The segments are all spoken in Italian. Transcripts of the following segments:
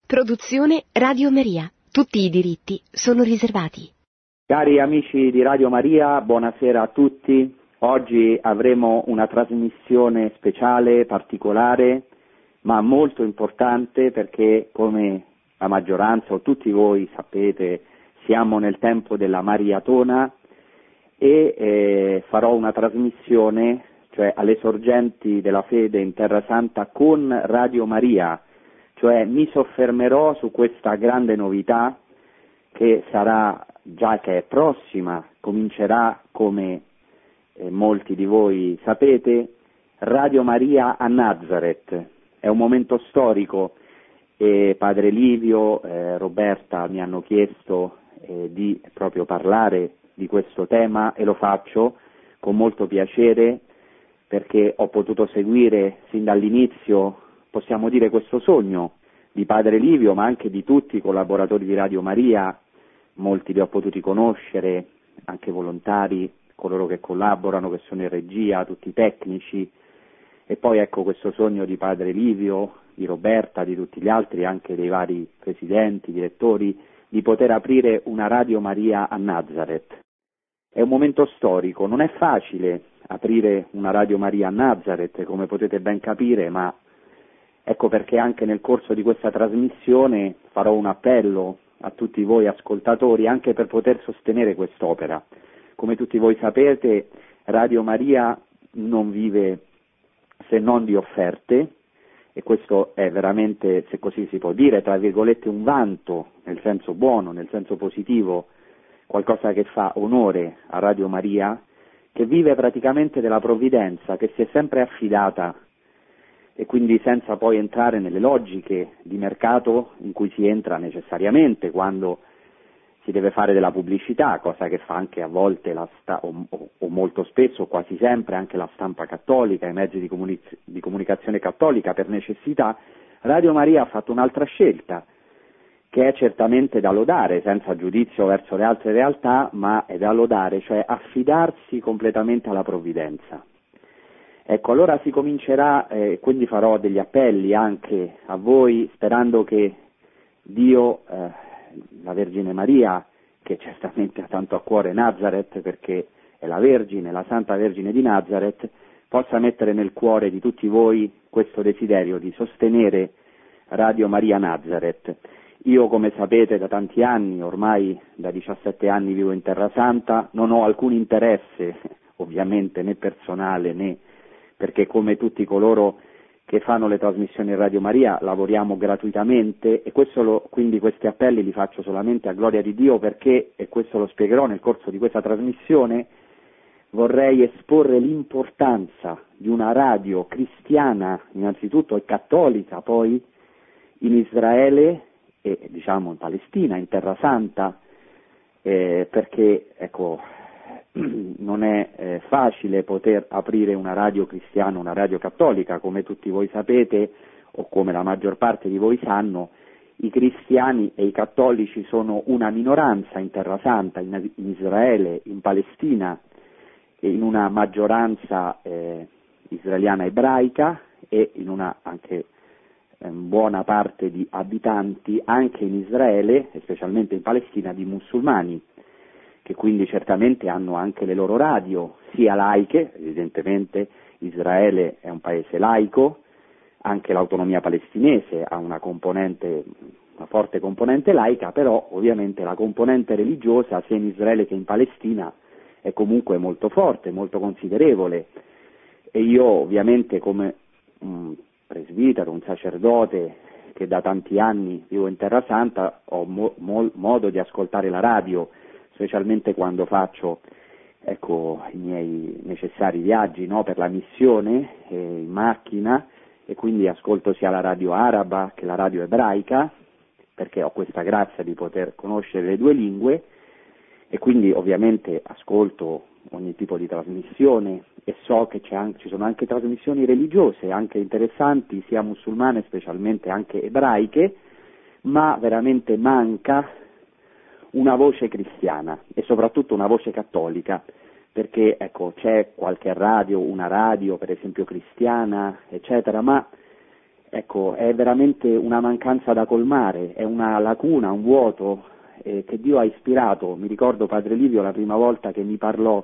Produzione Radio Maria. Tutti i diritti sono riservati. Cari amici di Radio Maria, buonasera a tutti. Oggi avremo una trasmissione speciale, particolare, ma molto importante perché, come la maggioranza o tutti voi sapete, siamo nel tempo della Mariatona e farò una trasmissione, cioè alle sorgenti della fede in Terra Santa con Radio Maria, cioè mi soffermerò su questa grande novità che sarà, già che è prossima, comincerà come molti di voi sapete, Radio Maria a Nazareth. È un momento storico e Padre Livio, Roberta mi hanno chiesto di proprio parlare di questo tema e lo faccio con molto piacere perché ho potuto seguire sin dall'inizio, possiamo dire, questo sogno di Padre Livio, ma anche di tutti i collaboratori di Radio Maria. Molti li ho potuti conoscere, anche volontari, coloro che collaborano, che sono in regia, tutti i tecnici, e poi ecco questo sogno di Padre Livio, di Roberta, di tutti gli altri, anche dei vari presidenti, direttori, di poter aprire una Radio Maria a Nazareth. È un momento storico, non è facile aprire una Radio Maria a Nazareth, come potete ben capire, ma ecco perché anche nel corso di questa trasmissione farò un appello a tutti voi ascoltatori anche per poter sostenere quest'opera. Come tutti voi sapete, Radio Maria non vive se non di offerte, e questo è veramente, se così si può dire, tra virgolette un vanto, nel senso buono, nel senso positivo, qualcosa che fa onore a Radio Maria, che vive praticamente della provvidenza, che si è sempre affidata, e quindi senza poi entrare nelle logiche di mercato in cui si entra necessariamente quando si deve fare della pubblicità, cosa che fa anche a volte o molto spesso, quasi sempre, anche la stampa cattolica, i mezzi di comunicazione cattolica per necessità. Radio Maria ha fatto un'altra scelta, che è certamente da lodare, senza giudizio verso le altre realtà, ma è da lodare, cioè affidarsi completamente alla provvidenza. Ecco, allora si comincerà, quindi farò degli appelli anche a voi, sperando che Dio, la Vergine Maria, che certamente ha tanto a cuore Nazareth, perché è la Vergine, la Santa Vergine di Nazareth, possa mettere nel cuore di tutti voi questo desiderio di sostenere Radio Maria Nazareth. Io, come sapete, da tanti anni, ormai da 17 anni vivo in Terra Santa, non ho alcun interesse, ovviamente, né personale né perché come tutti coloro che fanno le trasmissioni in Radio Maria lavoriamo gratuitamente e quindi questi appelli li faccio solamente a gloria di Dio perché, e questo lo spiegherò nel corso di questa trasmissione, vorrei esporre l'importanza di una radio cristiana innanzitutto e cattolica poi in Israele e diciamo in Palestina, in Terra Santa, perché ecco non è facile poter aprire una radio cristiana, una radio cattolica, come tutti voi sapete o come la maggior parte di voi sanno. I cristiani e i cattolici sono una minoranza in Terra Santa, in Israele, in Palestina, e in una maggioranza israeliana ebraica e in una anche buona parte di abitanti anche in Israele, e specialmente in Palestina, di musulmani, che quindi certamente hanno anche le loro radio, sia laiche, evidentemente Israele è un paese laico, anche l'autonomia palestinese ha una forte componente laica, però ovviamente la componente religiosa sia in Israele che in Palestina è comunque molto forte, molto considerevole, e io ovviamente come un presbitero, un sacerdote che da tanti anni vivo in Terra Santa ho modo di ascoltare la radio, specialmente quando faccio i miei necessari viaggi per la missione in macchina, e quindi ascolto sia la radio araba che la radio ebraica, perché ho questa grazia di poter conoscere le due lingue, e quindi ovviamente ascolto ogni tipo di trasmissione e so che ci sono anche trasmissioni religiose, anche interessanti, sia musulmane, specialmente anche ebraiche, ma veramente manca una voce cristiana e soprattutto una voce cattolica, perché c'è qualche radio, una radio per esempio cristiana, eccetera, ma ecco, è veramente una mancanza da colmare, è una lacuna, un vuoto che Dio ha ispirato. Mi ricordo Padre Livio la prima volta che mi parlò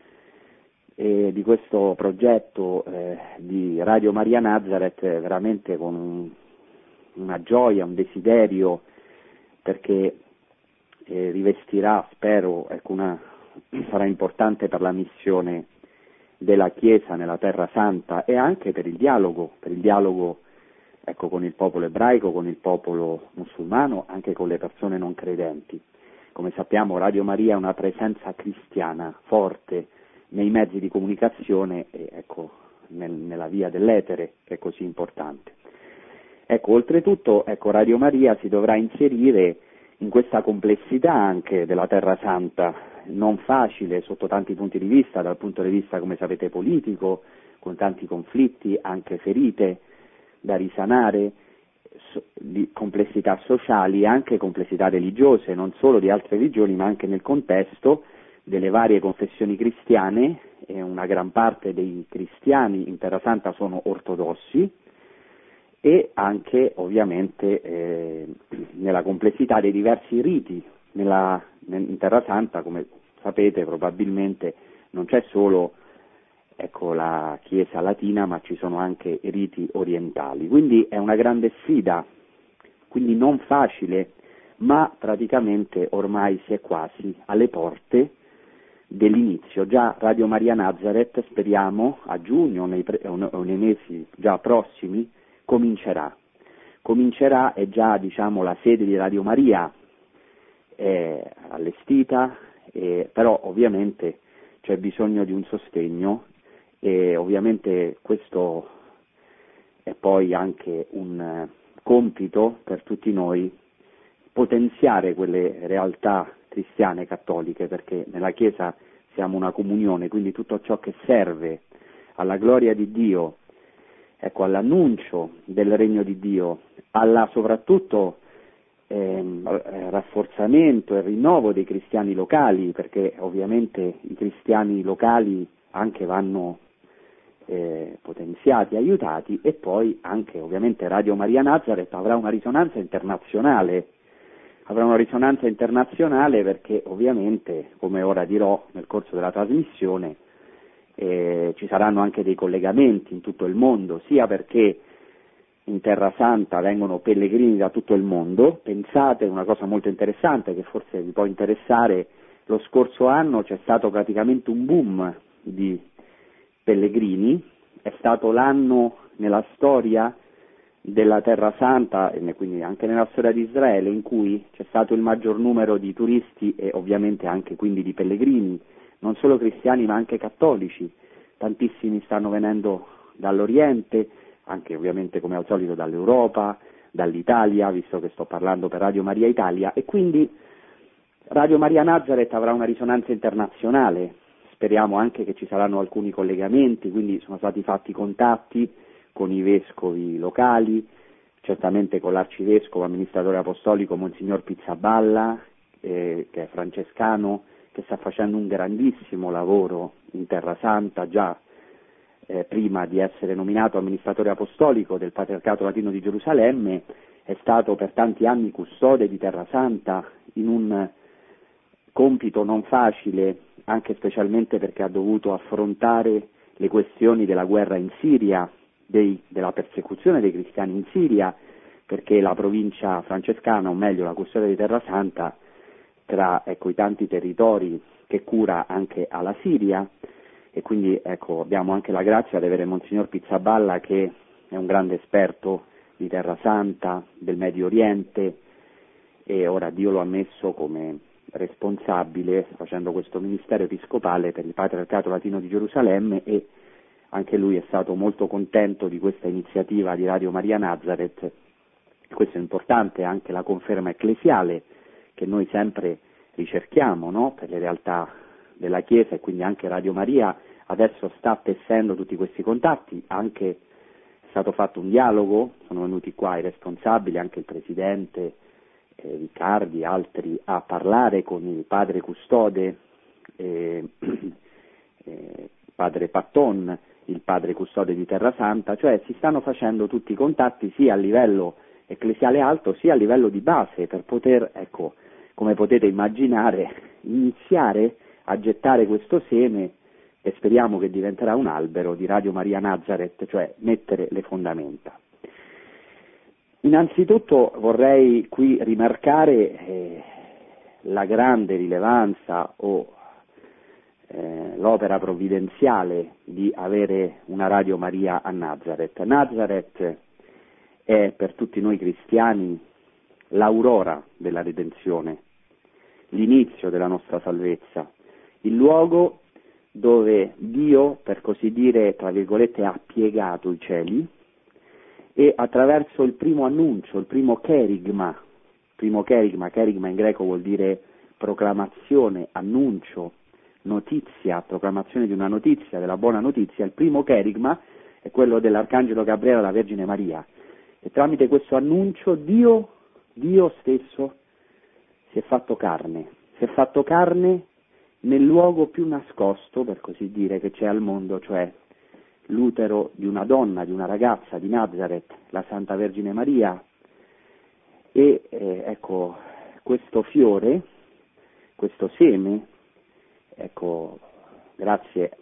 di questo progetto di Radio Maria Nazareth, veramente con una gioia, un desiderio, perché rivestirà, spero, ecco, sarà importante per la missione della Chiesa nella Terra Santa e anche per il dialogo ecco, con il popolo ebraico, con il popolo musulmano, anche con le persone non credenti. Come sappiamo Radio Maria è una presenza cristiana forte nei mezzi di comunicazione e ecco, nella via dell'etere, che è così importante. Ecco, oltretutto, ecco, Radio Maria si dovrà inserire in questa complessità anche della Terra Santa, non facile sotto tanti punti di vista, dal punto di vista, come sapete, politico, con tanti conflitti, anche ferite da risanare, di complessità sociali e anche complessità religiose, non solo di altre religioni, ma anche nel contesto delle varie confessioni cristiane, e una gran parte dei cristiani in Terra Santa sono ortodossi, e anche ovviamente nella complessità dei diversi riti. In Terra Santa, come sapete probabilmente, non c'è solo, ecco, la Chiesa latina, ma ci sono anche i riti orientali, quindi è una grande sfida, quindi non facile, ma praticamente ormai si è quasi alle porte dell'inizio. Già Radio Maria Nazareth, speriamo, a giugno o nei mesi già prossimi, comincerà e già, diciamo, la sede di Radio Maria è allestita, però ovviamente c'è bisogno di un sostegno e ovviamente questo è poi anche un compito per tutti noi, potenziare quelle realtà cristiane cattoliche, perché nella Chiesa siamo una comunione, quindi tutto ciò che serve alla gloria di Dio, ecco, all'annuncio del regno di Dio, soprattutto rafforzamento e rinnovo dei cristiani locali, perché ovviamente i cristiani locali anche vanno potenziati, aiutati, e poi anche ovviamente Radio Maria Nazareth avrà una risonanza internazionale perché ovviamente, come ora dirò nel corso della trasmissione, ci saranno anche dei collegamenti in tutto il mondo, sia perché in Terra Santa vengono pellegrini da tutto il mondo. Pensate, una cosa molto interessante che forse vi può interessare, lo scorso anno c'è stato praticamente un boom di pellegrini, è stato l'anno nella storia della Terra Santa e quindi anche nella storia di Israele in cui c'è stato il maggior numero di turisti e ovviamente anche quindi di pellegrini, non solo cristiani ma anche cattolici. Tantissimi stanno venendo dall'Oriente, anche ovviamente come al solito dall'Europa, dall'Italia, visto che sto parlando per Radio Maria Italia, e quindi Radio Maria Nazareth avrà una risonanza internazionale. Speriamo anche che ci saranno alcuni collegamenti, quindi sono stati fatti contatti con i vescovi locali, certamente con l'arcivescovo amministratore apostolico Monsignor Pizzaballa, che è francescano, che sta facendo un grandissimo lavoro in Terra Santa, già prima di essere nominato amministratore apostolico del Patriarcato Latino di Gerusalemme, è stato per tanti anni custode di Terra Santa in un compito non facile, anche specialmente perché ha dovuto affrontare le questioni della guerra in Siria, della persecuzione dei cristiani in Siria, perché la provincia francescana, o meglio la custodia di Terra Santa, tra i tanti territori che cura anche alla Siria, e quindi abbiamo anche la grazia di avere Monsignor Pizzaballa, che è un grande esperto di Terra Santa, del Medio Oriente, e ora Dio lo ha messo come responsabile, facendo questo ministero episcopale per il Patriarcato Latino di Gerusalemme, e anche lui è stato molto contento di questa iniziativa di Radio Maria Nazareth. Questo è importante, anche la conferma ecclesiale che noi sempre ricerchiamo, no? Per le realtà della Chiesa, e quindi anche Radio Maria adesso sta tessendo tutti questi contatti, anche è stato fatto un dialogo, sono venuti qua i responsabili, anche il presidente Riccardi, altri, a parlare con il padre custode, padre Patton, il padre custode di Terra Santa, cioè si stanno facendo tutti i contatti sia a livello ecclesiale alto sia a livello di base per poter, ecco, come potete immaginare, iniziare a gettare questo seme e speriamo che diventerà un albero di Radio Maria Nazareth, cioè mettere le fondamenta. Innanzitutto vorrei qui rimarcare la grande rilevanza o l'opera provvidenziale di avere una Radio Maria a Nazareth. Nazareth è per tutti noi cristiani l'aurora della redenzione, l'inizio della nostra salvezza, il luogo dove Dio, per così dire, tra virgolette, ha piegato i cieli e attraverso il primo annuncio, il primo kerigma in greco vuol dire proclamazione, annuncio, notizia, proclamazione di una notizia, della buona notizia, il primo kerigma è quello dell'Arcangelo Gabriele alla Vergine Maria e tramite questo annuncio Dio stesso si è fatto carne nel luogo più nascosto, per così dire, che c'è al mondo, cioè l'utero di una donna, di una ragazza di Nazareth, la Santa Vergine Maria, e ecco, questo fiore, questo seme, ecco, grazie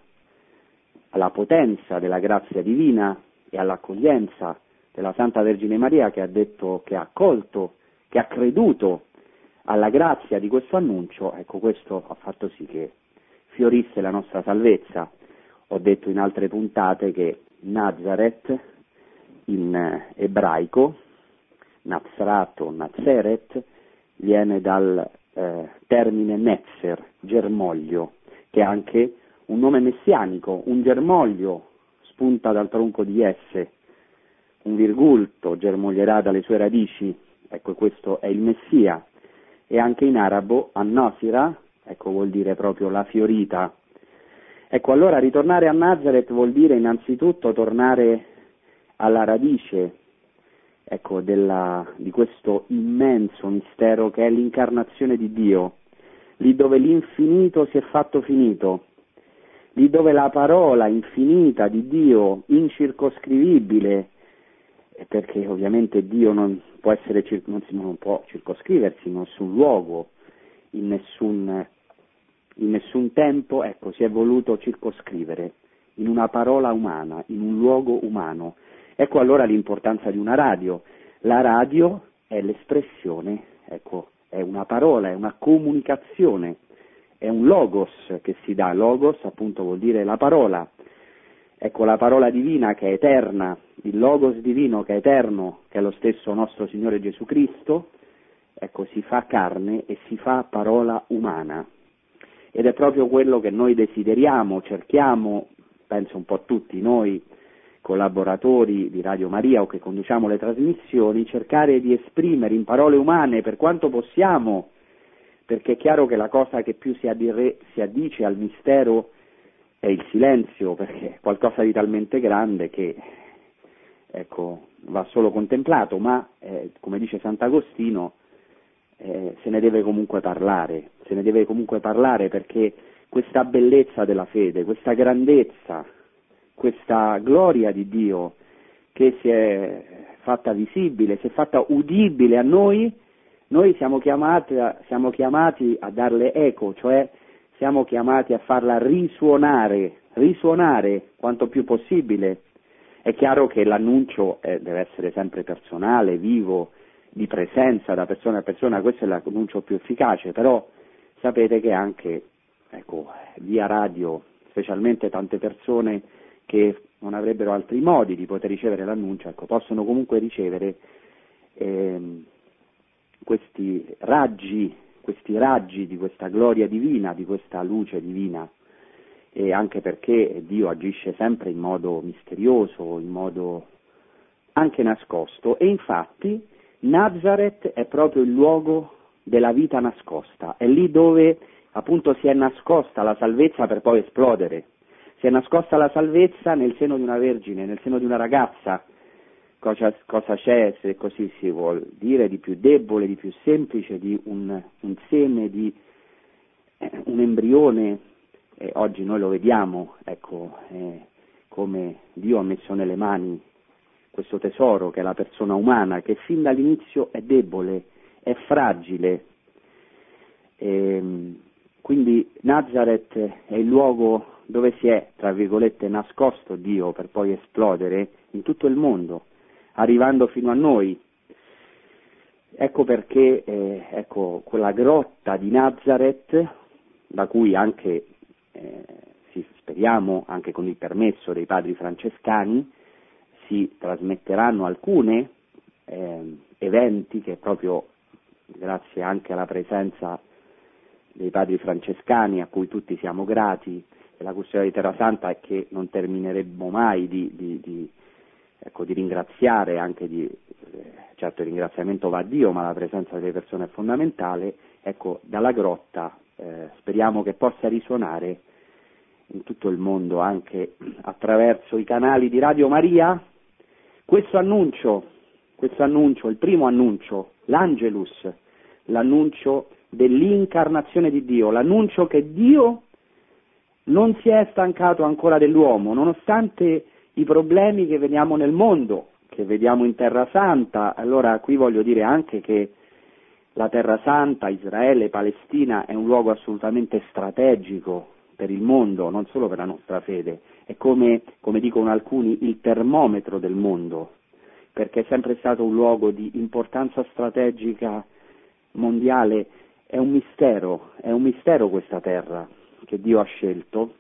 alla potenza della grazia divina e all'accoglienza della Santa Vergine Maria che ha detto, che ha accolto, che ha creduto alla grazia di questo annuncio, ecco, questo ha fatto sì che fiorisse la nostra salvezza. Ho detto in altre puntate che Nazareth in ebraico, Nazrat o Nazeret, viene dal termine Netzer, germoglio, che è anche un nome messianico. Un germoglio spunta dal tronco di Jesse, un virgulto germoglierà dalle sue radici, ecco, questo è il Messia. E anche in arabo An-Nasira, ecco, vuol dire proprio la fiorita. Ecco, allora ritornare a Nazareth vuol dire innanzitutto tornare alla radice, ecco, di questo immenso mistero che è l'incarnazione di Dio, lì dove l'infinito si è fatto finito, lì dove la parola infinita di Dio, incircoscrivibile, perché ovviamente Dio non può circoscriversi in nessun luogo, in nessun tempo, ecco, si è voluto circoscrivere in una parola umana, in un luogo umano. Ecco allora l'importanza di una radio. La radio è l'espressione, ecco, è una parola, è una comunicazione, è un logos che si dà. Logos appunto vuol dire la parola. Ecco, la parola divina che è eterna, il logos divino che è eterno, che è lo stesso nostro Signore Gesù Cristo, ecco, si fa carne e si fa parola umana. Ed è proprio quello che noi desideriamo, cerchiamo, penso un po' tutti noi, collaboratori di Radio Maria o che conduciamo le trasmissioni, cercare di esprimere in parole umane per quanto possiamo, perché è chiaro che la cosa che più si addice al mistero è il silenzio, perché è qualcosa di talmente grande che, ecco, va solo contemplato, ma come dice Sant'Agostino, se ne deve comunque parlare perché questa bellezza della fede, questa grandezza, questa gloria di Dio che si è fatta visibile, si è fatta udibile a noi siamo chiamati a darle eco, cioè siamo chiamati a farla risuonare quanto più possibile. È chiaro che l'annuncio deve essere sempre personale, vivo, di presenza da persona a persona, questo è l'annuncio più efficace, però sapete che anche, ecco, via radio, specialmente tante persone che non avrebbero altri modi di poter ricevere l'annuncio, ecco, possono comunque ricevere questi raggi di questa gloria divina, di questa luce divina, e anche perché Dio agisce sempre in modo misterioso, in modo anche nascosto, e infatti Nazareth è proprio il luogo della vita nascosta, è lì dove appunto si è nascosta la salvezza per poi esplodere, si è nascosta la salvezza nel seno di una vergine, nel seno di una ragazza. Cosa c'è, se così si vuol dire, di più debole, di più semplice, di un seme, di un embrione, oggi noi lo vediamo, ecco, come Dio ha messo nelle mani questo tesoro che è la persona umana, che fin dall'inizio è debole, è fragile. Quindi Nazareth è il luogo dove si è, tra virgolette, nascosto Dio per poi esplodere in tutto il mondo, arrivando fino a noi. Ecco perché quella grotta di Nazareth, da cui anche, speriamo, anche con il permesso dei padri francescani, si trasmetteranno alcune eventi che proprio grazie anche alla presenza dei padri francescani, a cui tutti siamo grati, e la custodia di Terra Santa è che non termineremmo mai di ringraziare, anche certo il ringraziamento va a Dio, ma la presenza delle persone è fondamentale. Ecco, dalla grotta speriamo che possa risuonare in tutto il mondo, anche attraverso i canali di Radio Maria, questo annuncio, il primo annuncio, l'Angelus, l'annuncio dell'incarnazione di Dio, l'annuncio che Dio non si è stancato ancora dell'uomo, nonostante i problemi che vediamo nel mondo, che vediamo in Terra Santa. Allora qui voglio dire anche che la Terra Santa, Israele, Palestina è un luogo assolutamente strategico per il mondo, non solo per la nostra fede, è come dicono alcuni il termometro del mondo, perché è sempre stato un luogo di importanza strategica mondiale. È un mistero questa terra che Dio ha scelto,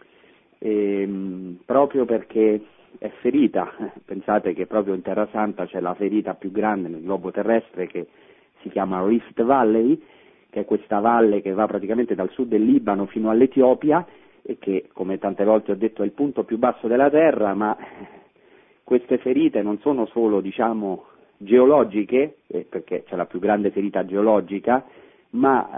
proprio perché è ferita. Pensate che proprio in Terra Santa c'è la ferita più grande nel globo terrestre, che si chiama Rift Valley, che è questa valle che va praticamente dal sud del Libano fino all'Etiopia e che, come tante volte ho detto, è il punto più basso della terra, ma queste ferite non sono solo, geologiche, perché c'è la più grande ferita geologica, ma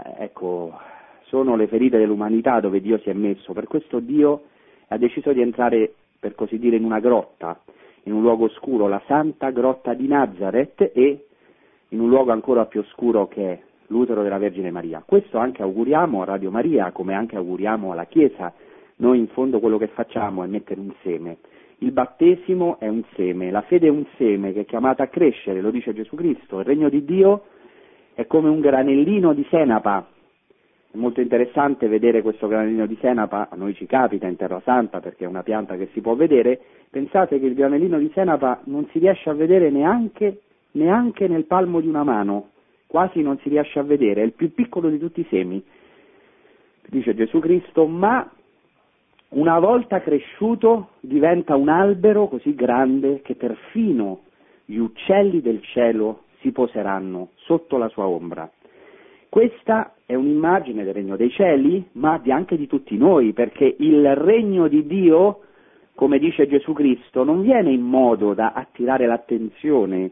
sono le ferite dell'umanità dove Dio si è messo. Per questo Dio ha deciso di entrare, per così dire, in una grotta, in un luogo oscuro, la Santa Grotta di Nazareth, e in un luogo ancora più oscuro che è l'utero della Vergine Maria. Questo anche auguriamo a Radio Maria, come anche auguriamo alla Chiesa. Noi in fondo quello che facciamo è mettere un seme. Il battesimo è un seme, la fede è un seme che è chiamata a crescere, lo dice Gesù Cristo. Il regno di Dio è come un granellino di senape. È molto interessante vedere questo granellino di senape, a noi ci capita in Terra Santa perché è una pianta che si può vedere. Pensate che il granellino di senape non si riesce a vedere neanche nel palmo di una mano, quasi non si riesce a vedere, è il più piccolo di tutti i semi, dice Gesù Cristo, ma una volta cresciuto diventa un albero così grande che perfino gli uccelli del cielo si poseranno sotto la sua ombra. Questa è un'immagine del regno dei cieli, ma anche di tutti noi, perché il regno di Dio, come dice Gesù Cristo, non viene in modo da attirare l'attenzione,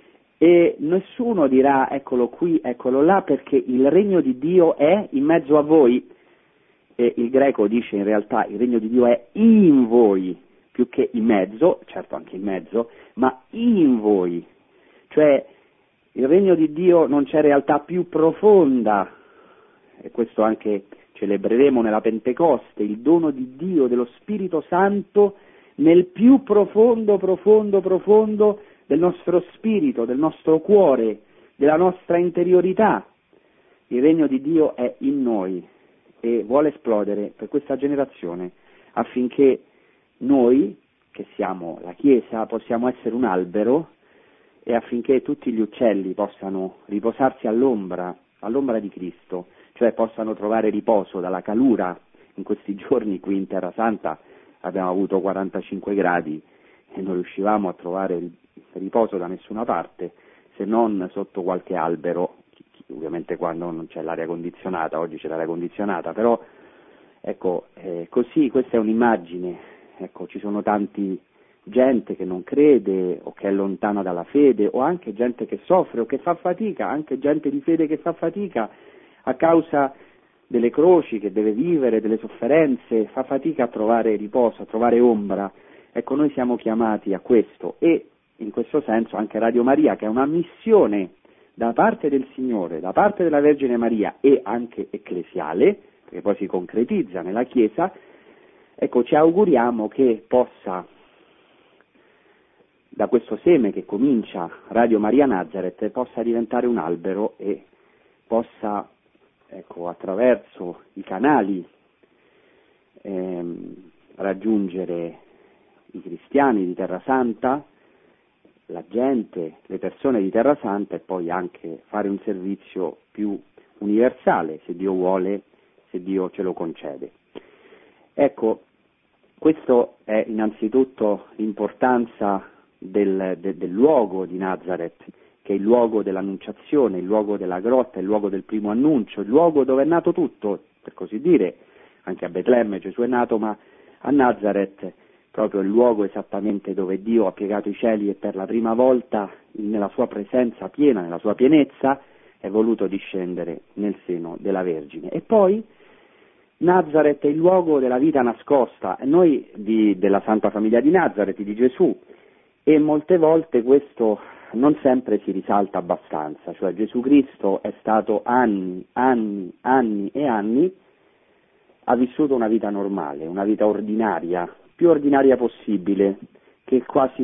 e nessuno dirà eccolo qui, eccolo là, perché il regno di Dio è in mezzo a voi. E il greco dice in realtà il regno di Dio è in voi, più che in mezzo, certo anche in mezzo, ma in voi. Cioè il regno di Dio non c'è realtà più profonda, e questo anche celebreremo nella Pentecoste, il dono di Dio, dello Spirito Santo, nel più profondo del nostro spirito, del nostro cuore, della nostra interiorità. Il regno di Dio è in noi e vuole esplodere per questa generazione, affinché noi, che siamo la Chiesa, possiamo essere un albero, e affinché tutti gli uccelli possano riposarsi all'ombra di Cristo, cioè possano trovare riposo dalla calura. In questi giorni qui in Terra Santa abbiamo avuto 45 gradi e non riuscivamo a trovare il riposo da nessuna parte, se non sotto qualche albero, ovviamente quando non c'è l'aria condizionata. Oggi c'è l'aria condizionata, però così, questa è un'immagine. Ci sono tanti gente che non crede o che è lontana dalla fede, o anche gente che soffre o che fa fatica, anche gente di fede che fa fatica a causa delle croci che deve vivere, delle sofferenze, fa fatica a trovare riposo, a trovare ombra. Noi siamo chiamati a questo, e in questo senso anche Radio Maria, che è una missione da parte del Signore, da parte della Vergine Maria, e anche ecclesiale, perché poi si concretizza nella Chiesa, Ecco, ci auguriamo che possa, da questo seme che comincia Radio Maria Nazareth, possa diventare un albero e possa, ecco, attraverso i canali raggiungere i cristiani di Terra Santa, la gente, le persone di Terra Santa, e poi anche fare un servizio più universale, se Dio vuole, se Dio ce lo concede. Ecco, questo è innanzitutto l'importanza del luogo di Nazareth, che è il luogo dell'annunciazione, il luogo della grotta, il luogo del primo annuncio, il luogo dove è nato tutto, per così dire. Anche a Betlemme Gesù è nato, ma a Nazareth proprio il luogo esattamente dove Dio ha piegato i cieli e per la prima volta nella sua presenza piena, nella sua pienezza, è voluto discendere nel seno della Vergine. E poi Nazareth è il luogo della vita nascosta, e noi della Santa Famiglia di Nazareth, di Gesù, e molte volte questo non sempre si risalta abbastanza, cioè Gesù Cristo è stato anni e anni, ha vissuto una vita normale, una vita ordinaria, più ordinaria possibile, che quasi,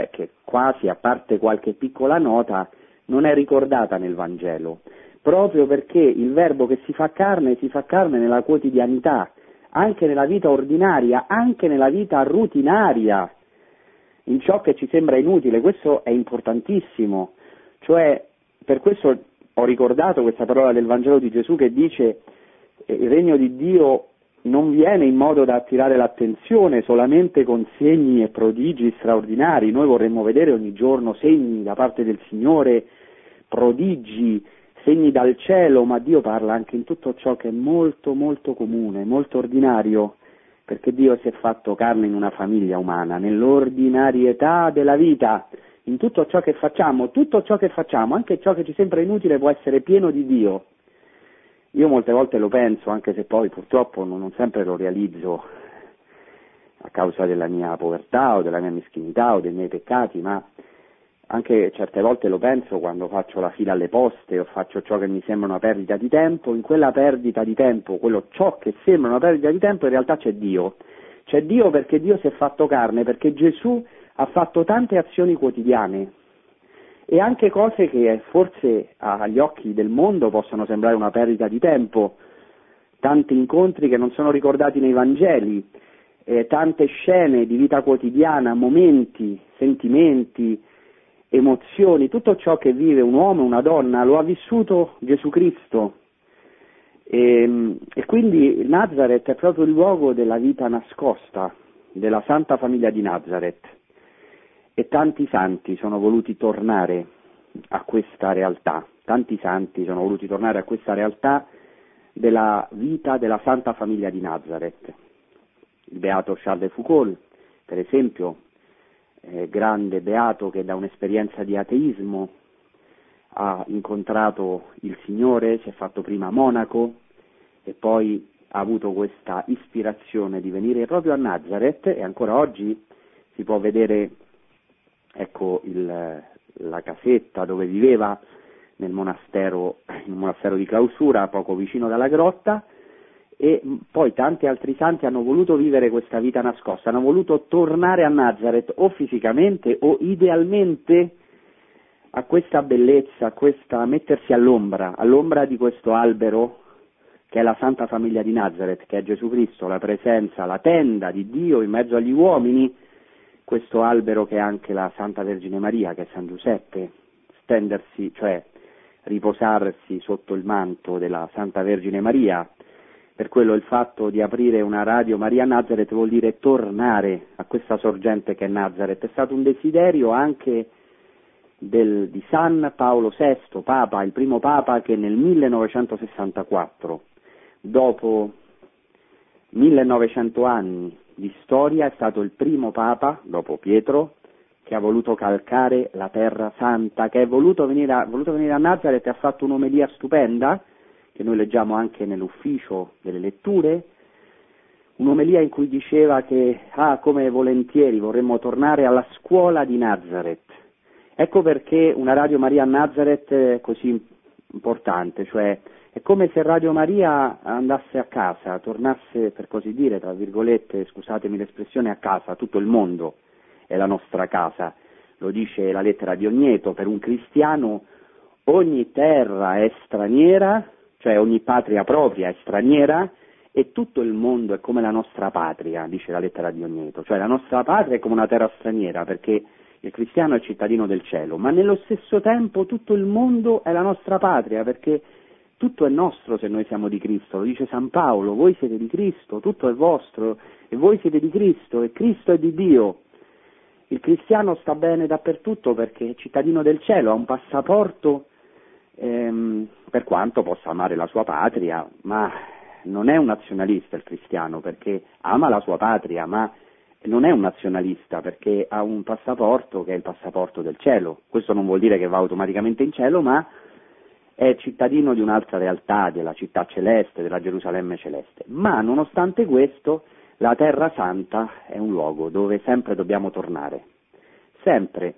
a parte qualche piccola nota, non è ricordata nel Vangelo, proprio perché il Verbo che si fa carne nella quotidianità, anche nella vita ordinaria, anche nella vita rutinaria, in ciò che ci sembra inutile. Questo è importantissimo, cioè per questo ho ricordato questa parola del Vangelo di Gesù che dice il regno di Dio non viene in modo da attirare l'attenzione solamente con segni e prodigi straordinari. Noi vorremmo vedere ogni giorno segni da parte del Signore, prodigi, segni dal cielo, ma Dio parla anche in tutto ciò che è molto molto comune, molto ordinario, perché Dio si è fatto carne in una famiglia umana, nell'ordinarietà della vita, in tutto ciò che facciamo, anche ciò che ci sembra inutile può essere pieno di Dio. Io molte volte lo penso, anche se poi purtroppo non sempre lo realizzo a causa della mia povertà o della mia meschinità o dei miei peccati, ma anche certe volte lo penso quando faccio la fila alle poste o faccio ciò che mi sembra una perdita di tempo. In quella perdita di tempo, ciò che sembra una perdita di tempo, in realtà c'è Dio. C'è Dio perché Dio si è fatto carne, perché Gesù ha fatto tante azioni quotidiane e anche cose che forse agli occhi del mondo possono sembrare una perdita di tempo, tanti incontri che non sono ricordati nei Vangeli, tante scene di vita quotidiana, momenti, sentimenti, emozioni, tutto ciò che vive un uomo e una donna lo ha vissuto Gesù Cristo. E quindi Nazareth è proprio il luogo della vita nascosta, della Santa Famiglia di Nazareth. E tanti santi sono voluti tornare a questa realtà, della vita della Santa Famiglia di Nazareth. Il beato Charles de Foucauld, per esempio, grande beato che da un'esperienza di ateismo ha incontrato il Signore, si è fatto prima monaco e poi ha avuto questa ispirazione di venire proprio a Nazareth, e ancora oggi si può vedere, ecco, la casetta dove viveva in un monastero di clausura poco vicino dalla grotta. E poi tanti altri santi hanno voluto vivere questa vita nascosta, hanno voluto tornare a Nazareth o fisicamente o idealmente a questa bellezza, a mettersi all'ombra di questo albero che è la Santa Famiglia di Nazareth, che è Gesù Cristo, la presenza, la tenda di Dio in mezzo agli uomini, questo albero che è anche la Santa Vergine Maria, che è San Giuseppe, stendersi, cioè riposarsi sotto il manto della Santa Vergine Maria. Per quello il fatto di aprire una Radio Maria Nazareth vuol dire tornare a questa sorgente che è Nazareth. È stato un desiderio anche di San Paolo VI, Papa, il primo Papa che nel 1964, dopo 1900 anni di storia, è stato il primo Papa, dopo Pietro, che ha voluto calcare la Terra Santa, che ha voluto venire a Nazareth e ha fatto un'omelia stupenda, che noi leggiamo anche nell'ufficio delle letture, un'omelia in cui diceva che come volentieri vorremmo tornare alla scuola di Nazareth. Ecco perché una Radio Maria a Nazareth è così importante, cioè È come se Radio Maria andasse a casa, tornasse, per così dire, tra virgolette, scusatemi l'espressione, a casa. Tutto il mondo è la nostra casa, lo dice la lettera di Ogneto. Per un cristiano ogni terra è straniera, cioè ogni patria propria è straniera, e tutto il mondo è come la nostra patria, dice la lettera di Ogneto. Cioè la nostra patria è come una terra straniera, perché il cristiano è cittadino del cielo, ma nello stesso tempo tutto il mondo è la nostra patria, perché tutto è nostro se noi siamo di Cristo. Lo dice San Paolo: voi siete di Cristo, tutto è vostro, e voi siete di Cristo, e Cristo è di Dio. Il cristiano sta bene dappertutto perché è cittadino del cielo, ha un passaporto, per quanto possa amare la sua patria, ma non è un nazionalista il cristiano, perché ama la sua patria, ma non è un nazionalista perché ha un passaporto che è il passaporto del cielo. Questo non vuol dire che va automaticamente in cielo, ma è cittadino di un'altra realtà, della città celeste, della Gerusalemme celeste. Ma nonostante questo, la Terra Santa è un luogo dove sempre dobbiamo tornare, sempre,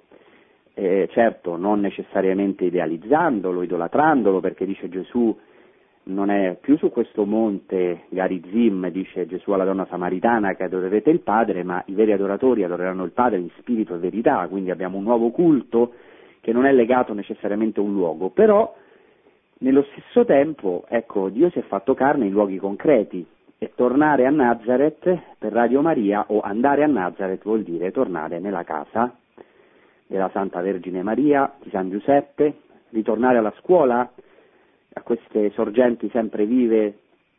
certo non necessariamente idealizzandolo, idolatrandolo, perché dice Gesù: non è più su questo monte Garizim, dice Gesù alla donna samaritana, che adorerete il Padre, ma i veri adoratori adoreranno il Padre in spirito e verità. Quindi abbiamo un nuovo culto che non è legato necessariamente a un luogo, però nello stesso tempo, ecco, Dio si è fatto carne in luoghi concreti, e tornare a Nazareth per Radio Maria, o andare a Nazareth, vuol dire tornare nella casa della Santa Vergine Maria, di San Giuseppe, ritornare alla scuola, a queste sorgenti sempre vive,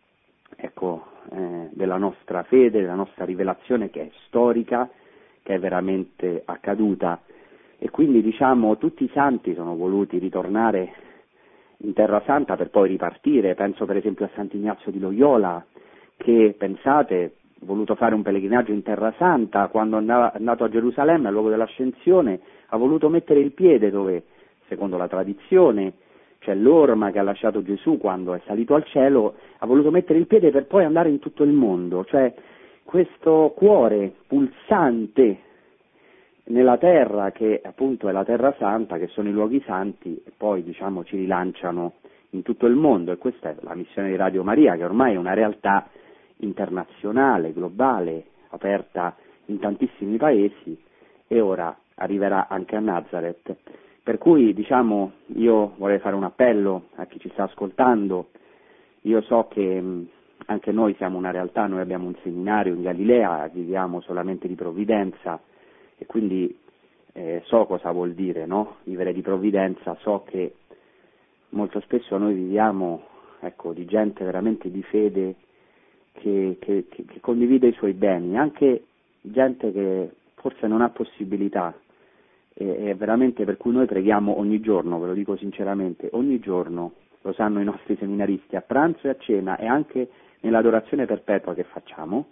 ecco, della nostra fede, della nostra rivelazione, che è storica, che è veramente accaduta. E quindi, diciamo, tutti i santi sono voluti ritornare in Terra Santa per poi ripartire. Penso per esempio a Sant'Ignazio di Loyola, che, pensate, ha voluto fare un pellegrinaggio in Terra Santa. Quando è andato a Gerusalemme, al luogo dell'ascensione, ha voluto mettere il piede dove, secondo la tradizione, c'è l'orma che ha lasciato Gesù quando è salito al cielo. Ha voluto mettere il piede per poi andare in tutto il mondo. Cioè questo cuore pulsante nella terra, che appunto è la Terra Santa, che sono i luoghi santi, e poi, diciamo, ci rilanciano in tutto il mondo. E questa è la missione di Radio Maria, che ormai è una realtà internazionale, globale, aperta in tantissimi paesi, e ora arriverà anche a Nazareth. Per cui, diciamo, io vorrei fare un appello a chi ci sta ascoltando. Io so che anche noi siamo una realtà, noi abbiamo un seminario in Galilea, viviamo solamente di provvidenza, e quindi so cosa vuol dire, no? Vivere di provvidenza. So che molto spesso noi viviamo, ecco, di gente veramente di fede, che condivide i suoi beni, anche gente che forse non ha possibilità, e veramente per cui noi preghiamo ogni giorno, ve lo dico sinceramente, ogni giorno, lo sanno i nostri seminaristi, a pranzo e a cena, e anche nell'adorazione perpetua che facciamo,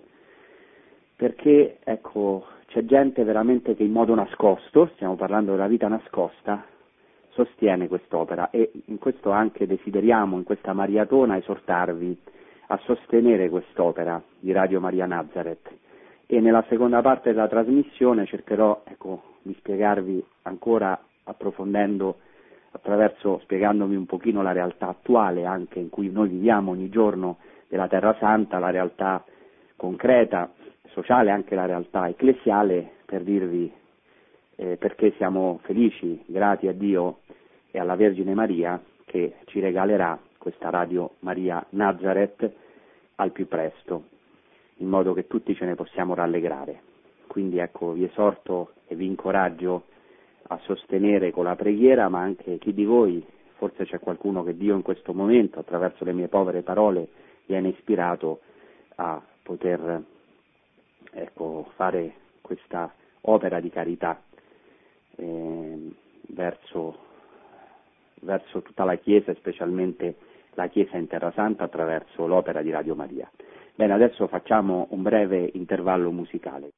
perché, ecco, c'è gente veramente che in modo nascosto, stiamo parlando della vita nascosta, sostiene quest'opera, e in questo anche desideriamo, in questa maratona, esortarvi a sostenere quest'opera di Radio Maria Nazareth. E nella seconda parte della trasmissione cercherò, ecco, di spiegarvi ancora, approfondendo, spiegandovi un pochino la realtà attuale anche in cui noi viviamo ogni giorno della Terra Santa, la realtà concreta, sociale, anche la realtà ecclesiale, per dirvi perché siamo felici, grati a Dio e alla Vergine Maria che ci regalerà questa Radio Maria Nazareth al più presto, in modo che tutti ce ne possiamo rallegrare. Quindi, ecco, vi esorto e vi incoraggio a sostenere con la preghiera, ma anche chi di voi, forse c'è qualcuno che Dio in questo momento, attraverso le mie povere parole, viene ispirato a poter, ecco, fare questa opera di carità verso tutta la Chiesa, e specialmente la Chiesa in Terra Santa, attraverso l'opera di Radio Maria. Bene, adesso facciamo un breve intervallo musicale.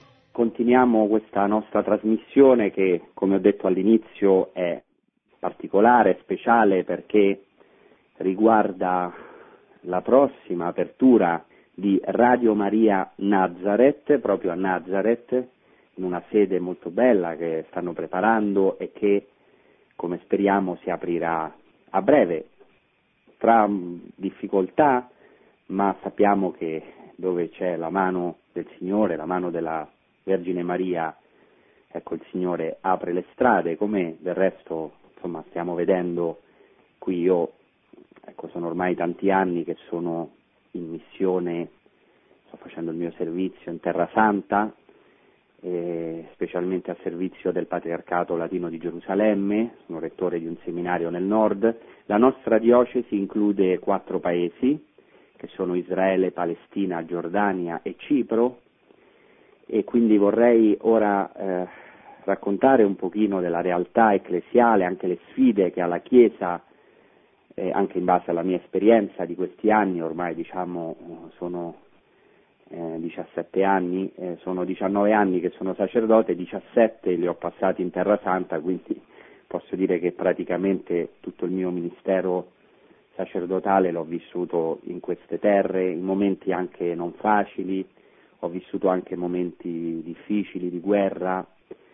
Continuiamo questa nostra trasmissione che, come ho detto all'inizio, è particolare. particolare, speciale, perché riguarda la prossima apertura di Radio Maria Nazareth, proprio a Nazareth, in una sede molto bella che stanno preparando e che, come speriamo, si aprirà a breve, tra difficoltà, ma sappiamo che dove c'è la mano del Signore, la mano della Vergine Maria, ecco, il Signore apre le strade, come del resto, insomma, stiamo vedendo qui. Io, ecco, sono ormai tanti anni che sono in missione, sto facendo il mio servizio in Terra Santa, specialmente a servizio del Patriarcato Latino di Gerusalemme, sono rettore di un seminario nel nord. La nostra diocesi include 4 paesi, che sono Israele, Palestina, Giordania e Cipro, e quindi vorrei ora raccontare un pochino della realtà ecclesiale, anche le sfide che ha la Chiesa, anche in base alla mia esperienza di questi anni. Ormai diciamo sono 17 anni, sono 19 anni che sono sacerdote, 17 li ho passati in Terra Santa, quindi posso dire che praticamente tutto il mio ministero sacerdotale l'ho vissuto in queste terre, in momenti anche non facili, ho vissuto anche momenti difficili di guerra,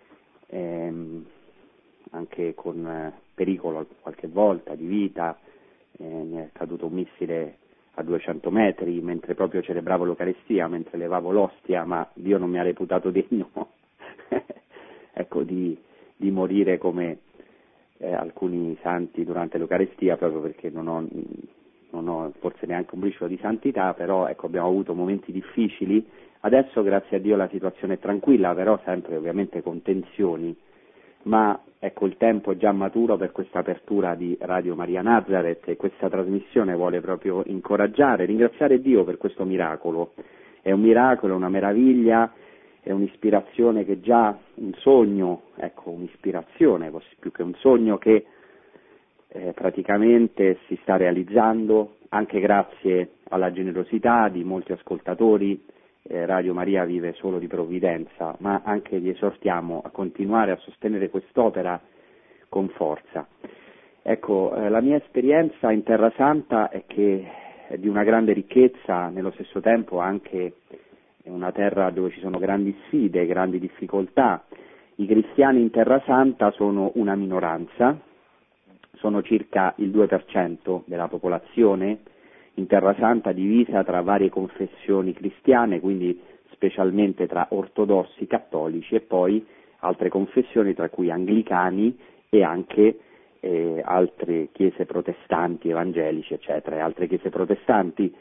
anche con pericolo qualche volta di vita. Mi è caduto un missile a 200 metri mentre proprio celebravo l'Eucaristia, mentre levavo l'ostia, ma Dio non mi ha reputato degno ecco, di morire come alcuni santi durante l'Eucaristia, proprio perché non ho forse neanche un briciolo di santità, però ecco, abbiamo avuto momenti difficili. Adesso grazie a Dio la situazione è tranquilla, però sempre ovviamente con tensioni, ma ecco, il tempo è già maturo per questa apertura di Radio Maria Nazareth, e questa trasmissione vuole proprio incoraggiare, ringraziare Dio per questo miracolo. È un miracolo, è una meraviglia, è un'ispirazione che già, un sogno, ecco, un'ispirazione, più che un sogno, che praticamente si sta realizzando, anche grazie alla generosità di molti ascoltatori. Radio Maria vive solo di provvidenza, ma anche vi esortiamo a continuare a sostenere quest'opera con forza. Ecco, la mia esperienza in Terra Santa è che è di una grande ricchezza, nello stesso tempo anche è una terra dove ci sono grandi sfide, grandi difficoltà. I cristiani in Terra Santa sono una minoranza, sono circa il 2% della popolazione in Terra Santa, divisa tra varie confessioni cristiane, quindi specialmente tra ortodossi, cattolici e poi altre confessioni, tra cui anglicani e anche altre chiese protestanti, evangelici, eccetera, e altre chiese protestanti.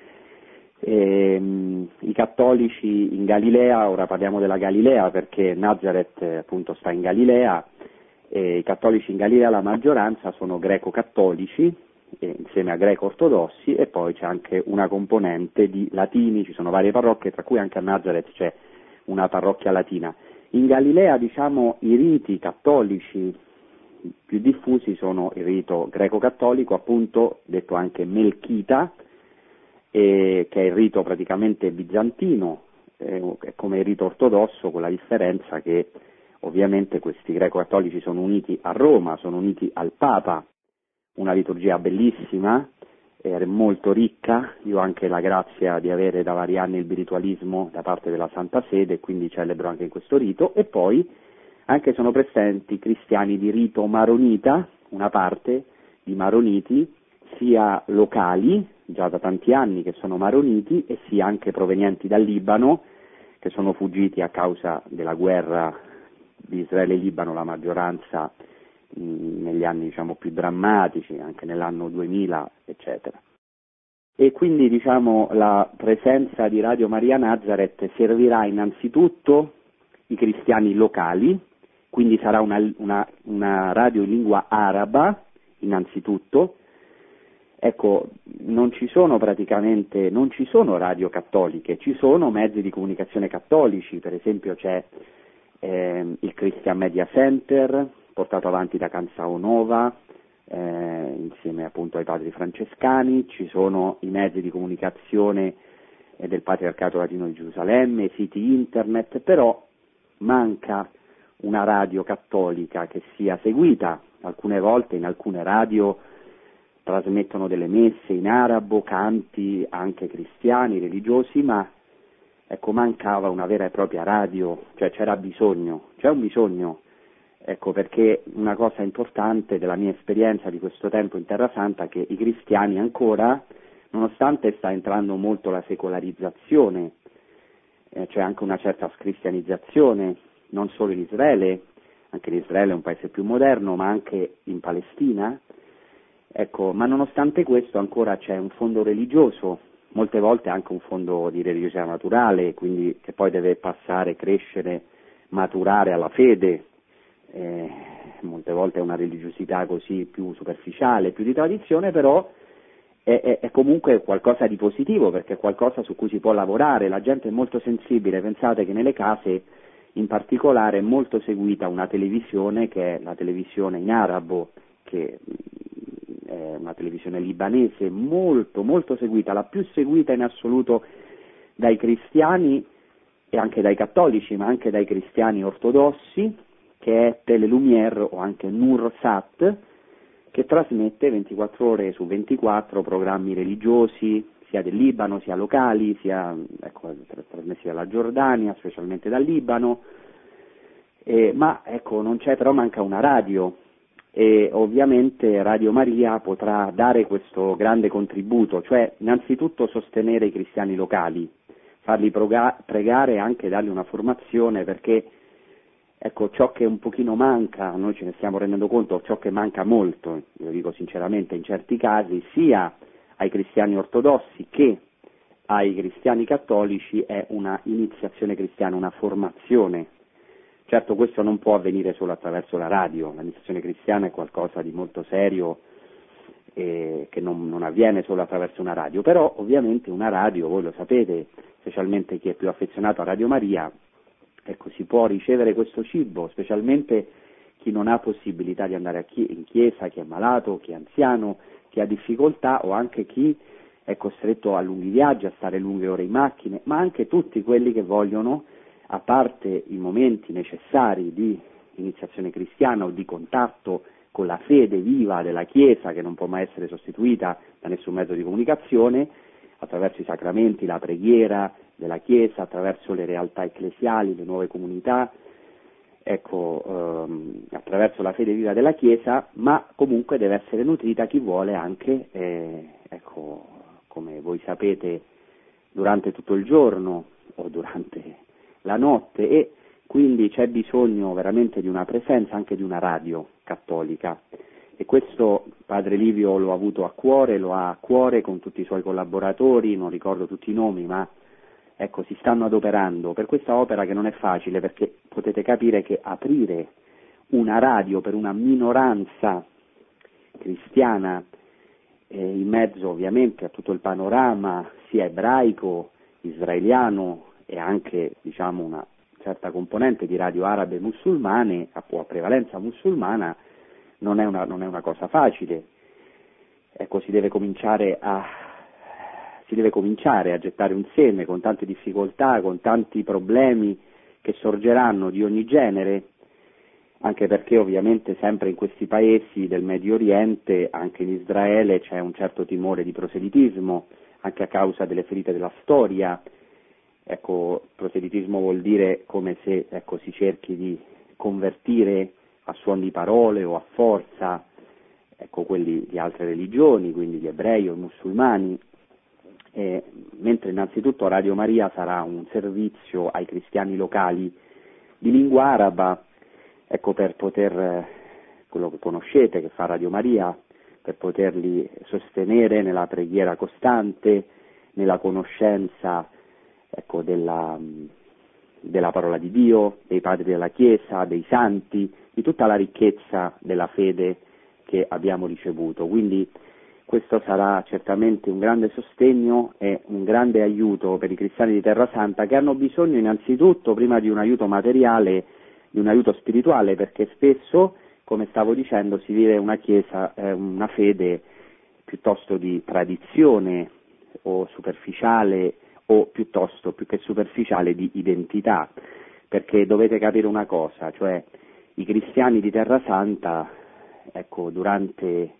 I cattolici in Galilea, ora parliamo della Galilea perché Nazareth appunto sta in Galilea, i cattolici in Galilea, la maggioranza sono greco-cattolici, insieme a greco-ortodossi, e poi c'è anche una componente di latini, ci sono varie parrocchie, tra cui anche a Nazareth c'è una parrocchia latina. In Galilea, diciamo, i riti cattolici più diffusi sono il rito greco-cattolico, appunto detto anche melchita, che è il rito praticamente bizantino, come il rito ortodosso, con la differenza che ovviamente questi greco-cattolici sono uniti a Roma, sono uniti al Papa. Una liturgia bellissima, molto ricca. Io ho anche la grazia di avere da vari anni il biritualismo da parte della Santa Sede, quindi celebro anche in questo rito. E poi anche sono presenti cristiani di rito maronita, una parte di maroniti, sia locali, già da tanti anni che sono maroniti, e sia anche provenienti dal Libano, che sono fuggiti a causa della guerra di Israele e Libano, la maggioranza negli anni diciamo più drammatici, anche nell'anno 2000, eccetera. E quindi diciamo la presenza di Radio Maria Nazareth servirà innanzitutto i cristiani locali, quindi sarà una radio in lingua araba innanzitutto. Ecco, non ci sono radio cattoliche, ci sono mezzi di comunicazione cattolici, per esempio c'è il Christian Media Center, portato avanti da Canzao Nova, insieme appunto ai padri francescani, ci sono i mezzi di comunicazione del Patriarcato Latino di Gerusalemme, i siti internet, però manca una radio cattolica che sia seguita alcune volte in alcune radio trasmettono delle messe in arabo, canti anche cristiani, religiosi, ma ecco, mancava una vera e propria radio, cioè c'è un bisogno, ecco, perché una cosa importante della mia esperienza di questo tempo in Terra Santa è che i cristiani ancora, nonostante sta entrando molto la secolarizzazione, c'è anche una certa scristianizzazione, non solo in Israele, anche l'Israele è un paese più moderno, ma anche in Palestina, ecco, ma nonostante questo ancora c'è un fondo religioso, molte volte anche un fondo di religiosità naturale, quindi che poi deve passare, crescere, maturare alla fede, molte volte è una religiosità così più superficiale, più di tradizione, però è comunque qualcosa di positivo, perché è qualcosa su cui si può lavorare, la gente è molto sensibile, pensate che nelle case in particolare è molto seguita una televisione che è la televisione in arabo, che è una televisione libanese molto molto seguita, la più seguita in assoluto dai cristiani e anche dai cattolici, ma anche dai cristiani ortodossi, che è Telelumière o anche Nursat, che trasmette 24 ore su 24 programmi religiosi, sia del Libano, sia locali, sia trasmessi dalla Giordania, specialmente dal Libano, ma ecco, però manca una radio, e ovviamente Radio Maria potrà dare questo grande contributo, cioè innanzitutto sostenere i cristiani locali, farli pregare e anche dargli una formazione, perché ecco, ciò che un pochino manca, noi ce ne stiamo rendendo conto, ciò che manca molto, lo dico sinceramente, in certi casi, sia ai cristiani ortodossi che ai cristiani cattolici, è una iniziazione cristiana, una formazione. Certo, questo non può avvenire solo attraverso la radio, l'iniziazione cristiana è qualcosa di molto serio che non avviene solo attraverso una radio, però ovviamente una radio, voi lo sapete, specialmente chi è più affezionato a Radio Maria, ecco, si può ricevere questo cibo, specialmente chi non ha possibilità di andare in chiesa, chi è malato, chi è anziano, chi ha difficoltà, o anche chi è costretto a lunghi viaggi, a stare lunghe ore in macchine, ma anche tutti quelli che vogliono, a parte i momenti necessari di iniziazione cristiana o di contatto con la fede viva della Chiesa, che non può mai essere sostituita da nessun mezzo di comunicazione, attraverso i sacramenti, la preghiera della Chiesa, attraverso le realtà ecclesiali, le nuove comunità, ecco, attraverso la fede viva della Chiesa, ma comunque deve essere nutrita chi vuole anche, ecco, come voi sapete, durante tutto il giorno o durante la notte, e quindi c'è bisogno veramente di una presenza anche di una radio cattolica, e questo Padre Livio lo ha avuto a cuore, lo ha a cuore con tutti i suoi collaboratori, non ricordo tutti i nomi, ma ecco, si stanno adoperando per questa opera che non è facile, perché potete capire che aprire una radio per una minoranza cristiana, in mezzo ovviamente a tutto il panorama sia ebraico, israeliano e anche, diciamo, una certa componente di radio arabe e musulmane, a prevalenza musulmana, non è una cosa facile. Ecco, si deve cominciare a gettare un seme con tante difficoltà, con tanti problemi che sorgeranno di ogni genere, anche perché ovviamente sempre in questi paesi del Medio Oriente, anche in Israele, c'è un certo timore di proselitismo, anche a causa delle ferite della storia. Ecco, proselitismo vuol dire come se, ecco, si cerchi di convertire a suon di parole o a forza, ecco, quelli di altre religioni, quindi gli ebrei o i musulmani, mentre innanzitutto Radio Maria sarà un servizio ai cristiani locali di lingua araba, ecco, per poter, quello che conoscete che fa Radio Maria, per poterli sostenere nella preghiera costante, nella conoscenza, ecco, della parola di Dio, dei padri della Chiesa, dei santi, di tutta la ricchezza della fede che abbiamo ricevuto. Quindi questo sarà certamente un grande sostegno e un grande aiuto per i cristiani di Terra Santa, che hanno bisogno innanzitutto, prima di un aiuto materiale, di un aiuto spirituale, perché spesso, come stavo dicendo, si vive una Chiesa, una fede piuttosto di tradizione o superficiale, o piuttosto, più che superficiale, di identità, perché dovete capire una cosa, cioè i cristiani di Terra Santa ecco, durante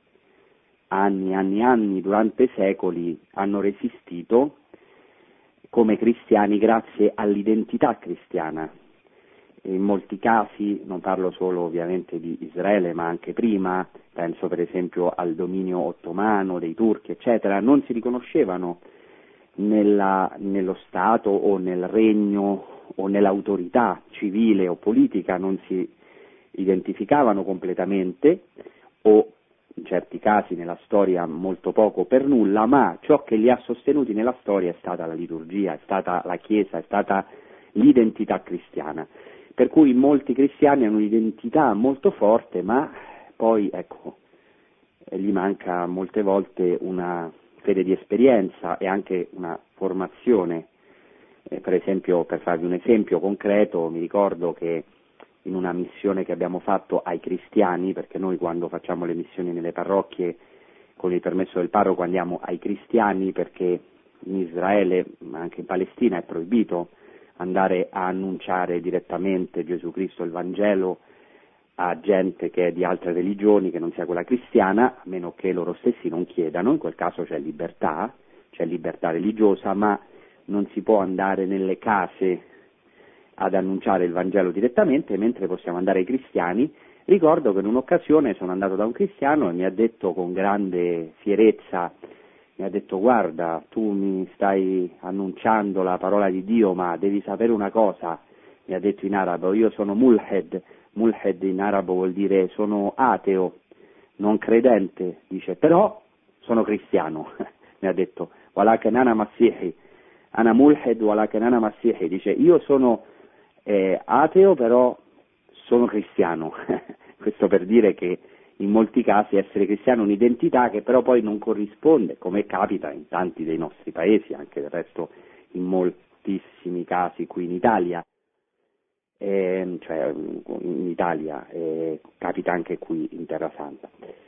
anni, durante secoli, hanno resistito come cristiani grazie all'identità cristiana. In molti casi, non parlo solo ovviamente di Israele, ma anche prima, penso per esempio al dominio ottomano, dei turchi, eccetera, non si riconoscevano nello Stato o nel regno o nell'autorità civile o politica, non si identificavano completamente o in certi casi nella storia molto poco per nulla, ma ciò che li ha sostenuti nella storia è stata la liturgia, è stata la Chiesa, è stata l'identità cristiana. Per cui molti cristiani hanno un'identità molto forte, ma poi ecco, gli manca molte volte una fede di esperienza e anche una formazione. Per esempio, per farvi un esempio concreto, mi ricordo che in una missione che abbiamo fatto ai cristiani, perché noi quando facciamo le missioni nelle parrocchie, con il permesso del parroco andiamo ai cristiani, perché in Israele, ma anche in Palestina, è proibito andare a annunciare direttamente Gesù Cristo, il Vangelo, a gente che è di altre religioni, che non sia quella cristiana, a meno che loro stessi non chiedano. In quel caso c'è libertà religiosa, ma non si può andare nelle case ad annunciare il Vangelo direttamente, mentre possiamo andare ai cristiani. Ricordo che in un'occasione sono andato da un cristiano e mi ha detto con grande fierezza, mi ha detto: guarda, tu mi stai annunciando la parola di Dio, ma devi sapere una cosa, mi ha detto in arabo, io sono mulhed in arabo vuol dire sono ateo, non credente, dice, però sono cristiano, mi ha detto, walakin ana masihi, ana mulhed walakin ana masihi, dice, io sono ateo però sono cristiano. Questo per dire che in molti casi essere cristiano è un'identità che però poi non corrisponde, come capita in tanti dei nostri paesi, anche del resto in moltissimi casi qui in Italia, capita anche qui in Terra Santa.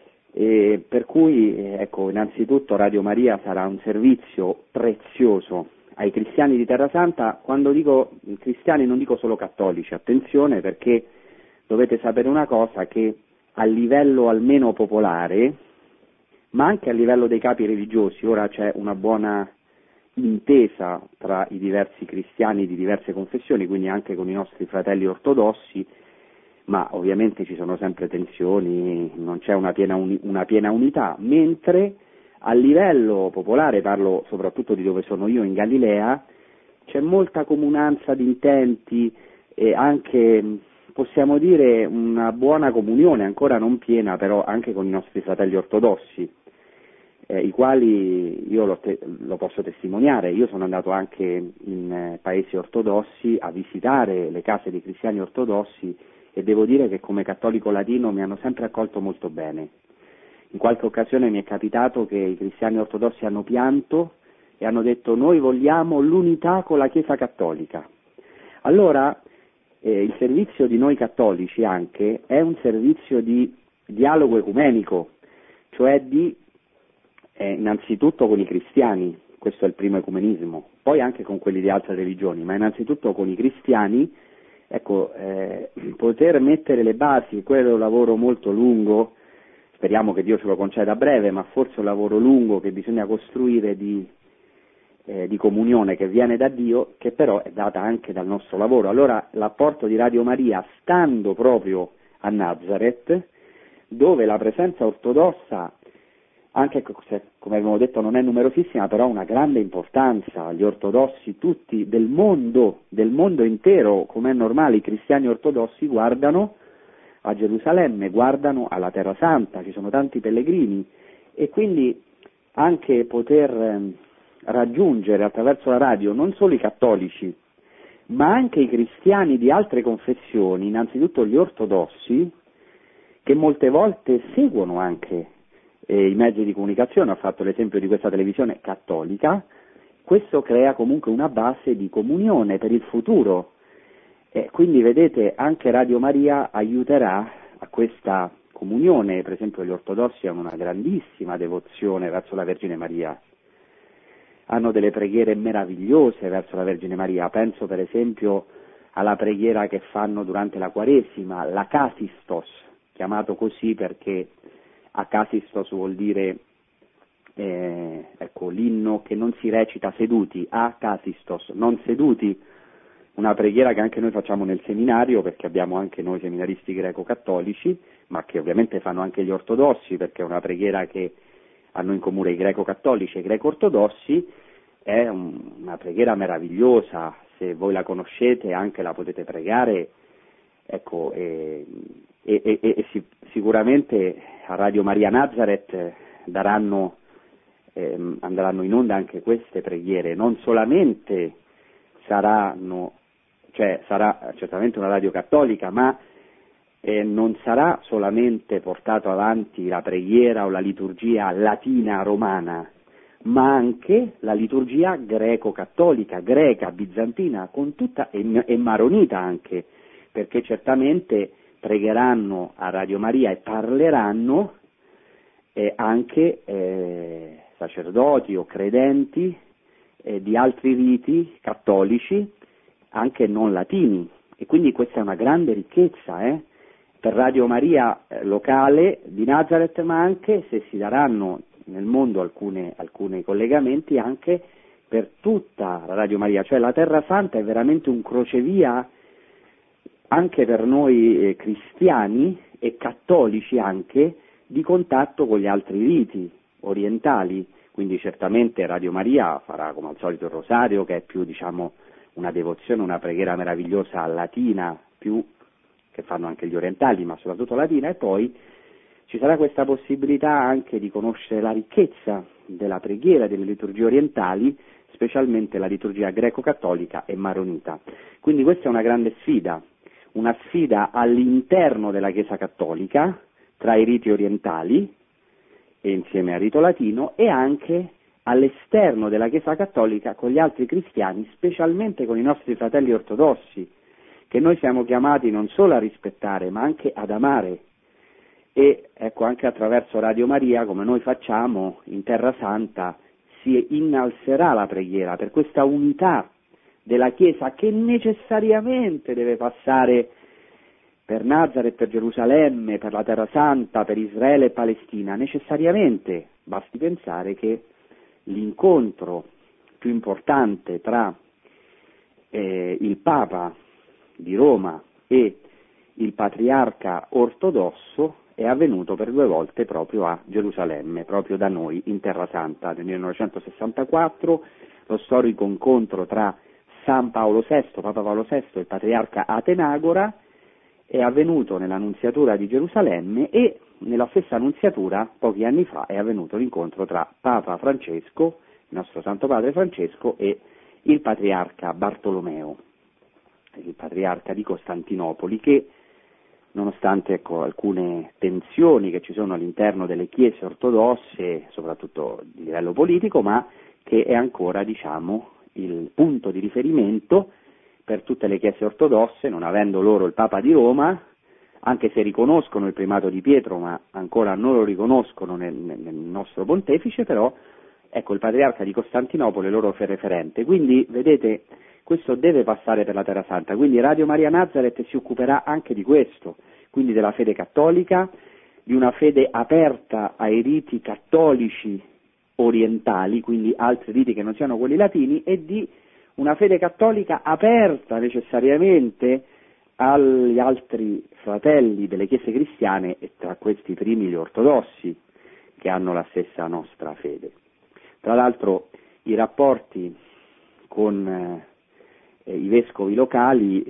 Per cui, ecco, innanzitutto Radio Maria sarà un servizio prezioso ai cristiani di Terra Santa. Quando dico cristiani non dico solo cattolici, attenzione, perché dovete sapere una cosa, che a livello almeno popolare, ma anche a livello dei capi religiosi, ora c'è una buona intesa tra i diversi cristiani di diverse confessioni, quindi anche con i nostri fratelli ortodossi, ma ovviamente ci sono sempre tensioni, non c'è una piena unità, mentre a livello popolare, parlo soprattutto di dove sono io, in Galilea, c'è molta comunanza di intenti e anche, possiamo dire, una buona comunione, ancora non piena, però anche con i nostri fratelli ortodossi, i quali io lo posso testimoniare. Io sono andato anche in paesi ortodossi a visitare le case dei cristiani ortodossi e devo dire che come cattolico latino mi hanno sempre accolto molto bene. In qualche occasione mi è capitato che i cristiani ortodossi hanno pianto e hanno detto: noi vogliamo l'unità con la Chiesa cattolica. Allora il servizio di noi cattolici anche è un servizio di dialogo ecumenico, cioè di innanzitutto con i cristiani, questo è il primo ecumenismo, poi anche con quelli di altre religioni, ma innanzitutto con i cristiani, ecco, poter mettere le basi, quello è un lavoro molto lungo, speriamo che Dio ce lo conceda a breve, ma forse un lavoro lungo che bisogna costruire di comunione che viene da Dio, che però è data anche dal nostro lavoro. Allora l'apporto di Radio Maria, stando proprio a Nazareth, dove la presenza ortodossa, anche se come abbiamo detto non è numerosissima, però ha una grande importanza, gli ortodossi tutti del mondo intero, come è normale, i cristiani ortodossi guardano a Gerusalemme, guardano alla Terra Santa, ci sono tanti pellegrini e quindi anche poter raggiungere attraverso la radio non solo i cattolici, ma anche i cristiani di altre confessioni, innanzitutto gli ortodossi, che molte volte seguono anche i mezzi di comunicazione, ho fatto l'esempio di questa televisione cattolica, questo crea comunque una base di comunione per il futuro. Quindi vedete, anche Radio Maria aiuterà a questa comunione. Per esempio gli ortodossi hanno una grandissima devozione verso la Vergine Maria, hanno delle preghiere meravigliose verso la Vergine Maria, penso per esempio alla preghiera che fanno durante la Quaresima, la Casistos, chiamato così perché akasistos vuol dire l'inno che non si recita seduti, akasistos, non seduti, una preghiera che anche noi facciamo nel seminario, perché abbiamo anche noi seminaristi greco-cattolici, ma che ovviamente fanno anche gli ortodossi, perché è una preghiera che hanno in comune i greco-cattolici e i greco-ortodossi. È una preghiera meravigliosa, se voi la conoscete anche la potete pregare, sicuramente a Radio Maria Nazareth andranno in onda anche queste preghiere, non solamente sarà certamente una radio cattolica, ma non sarà solamente portato avanti la preghiera o la liturgia latina romana, ma anche la liturgia greco-cattolica, greca, bizantina, con tutta, e maronita anche, perché certamente pregheranno a Radio Maria e parleranno anche sacerdoti o credenti di altri riti cattolici, anche non latini, e quindi questa è una grande ricchezza per Radio Maria locale di Nazareth, ma anche se si daranno nel mondo alcuni collegamenti anche per tutta la Radio Maria, cioè la Terra Santa è veramente un crocevia anche per noi cristiani e cattolici anche, di contatto con gli altri riti orientali. Quindi certamente Radio Maria farà come al solito il rosario, che è più una devozione, una preghiera meravigliosa latina, più che fanno anche gli orientali, ma soprattutto latina, e poi ci sarà questa possibilità anche di conoscere la ricchezza della preghiera delle liturgie orientali, specialmente la liturgia greco-cattolica e maronita. Quindi questa è una grande sfida, una sfida all'interno della Chiesa cattolica, tra i riti orientali e insieme al rito latino, e anche all'esterno della Chiesa cattolica con gli altri cristiani, specialmente con i nostri fratelli ortodossi, che noi siamo chiamati non solo a rispettare, ma anche ad amare. E anche attraverso Radio Maria, come noi facciamo in Terra Santa, si innalzerà la preghiera per questa unità della Chiesa che necessariamente deve passare per Nazareth, per Gerusalemme, per la Terra Santa, per Israele e Palestina, necessariamente. Basti pensare che l'incontro più importante tra il Papa di Roma e il Patriarca ortodosso è avvenuto per 2 volte proprio a Gerusalemme, proprio da noi in Terra Santa. Nel 1964 lo storico incontro tra Papa Paolo VI e il Patriarca Atenagora è avvenuto nella Nunziatura di Gerusalemme, e nella stessa Nunziatura pochi anni fa è avvenuto l'incontro tra Papa Francesco, il nostro Santo Padre Francesco, e il Patriarca Bartolomeo, il Patriarca di Costantinopoli, che nonostante alcune tensioni che ci sono all'interno delle chiese ortodosse, soprattutto di livello politico, ma che è ancora il punto di riferimento per tutte le chiese ortodosse, non avendo loro il Papa di Roma, anche se riconoscono il primato di Pietro, ma ancora non lo riconoscono nel nostro pontefice, però il Patriarca di Costantinopoli è loro referente. Quindi vedete, questo deve passare per la Terra Santa, quindi Radio Maria Nazareth si occuperà anche di questo, quindi della fede cattolica, di una fede aperta ai riti cattolici orientali, quindi altri riti che non siano quelli latini, e di una fede cattolica aperta necessariamente agli altri fratelli delle chiese cristiane, e tra questi primi gli ortodossi, che hanno la stessa nostra fede. Tra l'altro i rapporti con i vescovi locali,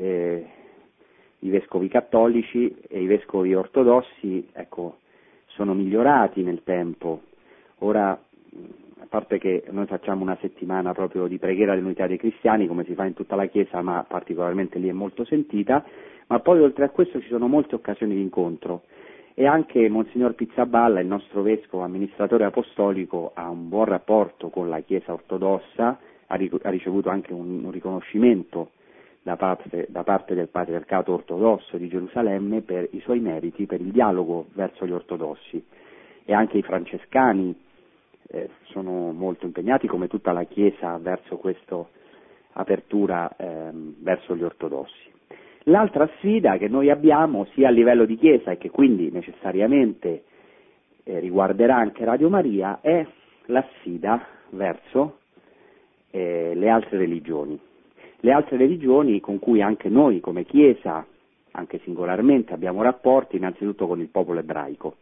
i vescovi cattolici e i vescovi ortodossi, sono migliorati nel tempo. Ora, a parte che noi facciamo una settimana proprio di preghiera dell'unità dei cristiani, come si fa in tutta la Chiesa, ma particolarmente lì è molto sentita, ma poi oltre a questo ci sono molte occasioni di incontro, e anche Monsignor Pizzaballa, il nostro vescovo amministratore apostolico, ha un buon rapporto con la Chiesa ortodossa, ha ricevuto anche un riconoscimento da parte del Patriarcato ortodosso di Gerusalemme per i suoi meriti, per il dialogo verso gli ortodossi, e anche i francescani sono molto impegnati, come tutta la Chiesa, verso questa apertura verso gli ortodossi. L'altra sfida che noi abbiamo sia a livello di Chiesa e che quindi necessariamente riguarderà anche Radio Maria è la sfida verso le altre religioni. Le altre religioni con cui anche noi come Chiesa, anche singolarmente, abbiamo rapporti innanzitutto con il popolo ebraico.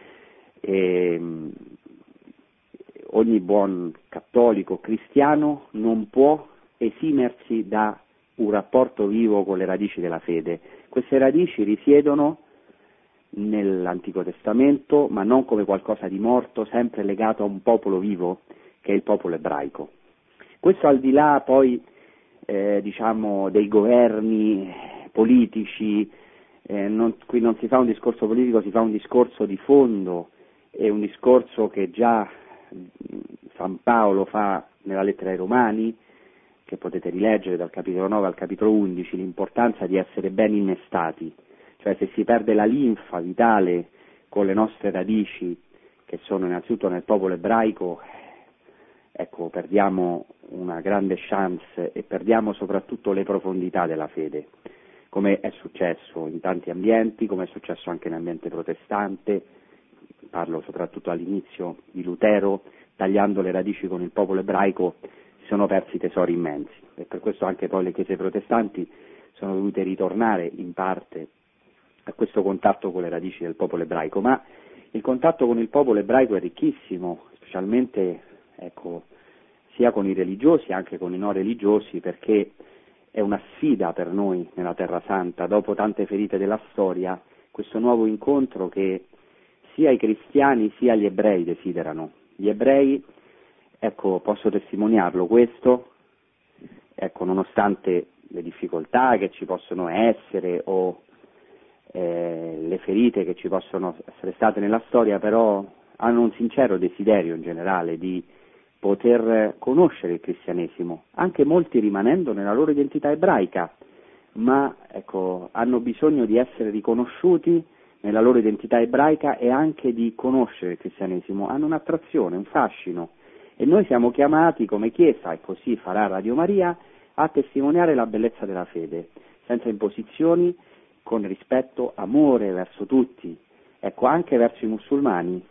Ogni buon cattolico cristiano non può esimersi da un rapporto vivo con le radici della fede. Queste radici risiedono nell'Antico Testamento, ma non come qualcosa di morto, sempre legato a un popolo vivo, che è il popolo ebraico. Questo al di là poi, dei governi politici, qui non si fa un discorso politico, si fa un discorso di fondo, e un discorso che già San Paolo fa nella lettera ai Romani, che potete rileggere dal capitolo 9 al capitolo 11, l'importanza di essere ben innestati, cioè se si perde la linfa vitale con le nostre radici, che sono innanzitutto nel popolo ebraico, ecco, perdiamo una grande chance e perdiamo soprattutto le profondità della fede, come è successo in tanti ambienti, come è successo anche nell'ambiente protestante. Parlo soprattutto all'inizio di Lutero, tagliando le radici con il popolo ebraico si sono persi tesori immensi, e per questo anche poi le chiese protestanti sono dovute ritornare in parte a questo contatto con le radici del popolo ebraico. Ma il contatto con il popolo ebraico è ricchissimo, specialmente sia con i religiosi anche con i non religiosi, perché è una sfida per noi nella Terra Santa, dopo tante ferite della storia, questo nuovo incontro che sia i cristiani sia gli ebrei desiderano. Gli ebrei, posso testimoniarlo questo, nonostante le difficoltà che ci possono essere o le ferite che ci possono essere state nella storia, però hanno un sincero desiderio in generale di poter conoscere il cristianesimo, anche molti rimanendo nella loro identità ebraica, ma hanno bisogno di essere riconosciuti nella loro identità ebraica e anche di conoscere il cristianesimo, hanno un'attrazione, un fascino, e noi siamo chiamati come Chiesa, e così farà Radio Maria, a testimoniare la bellezza della fede, senza imposizioni, con rispetto, amore verso tutti, anche verso i musulmani,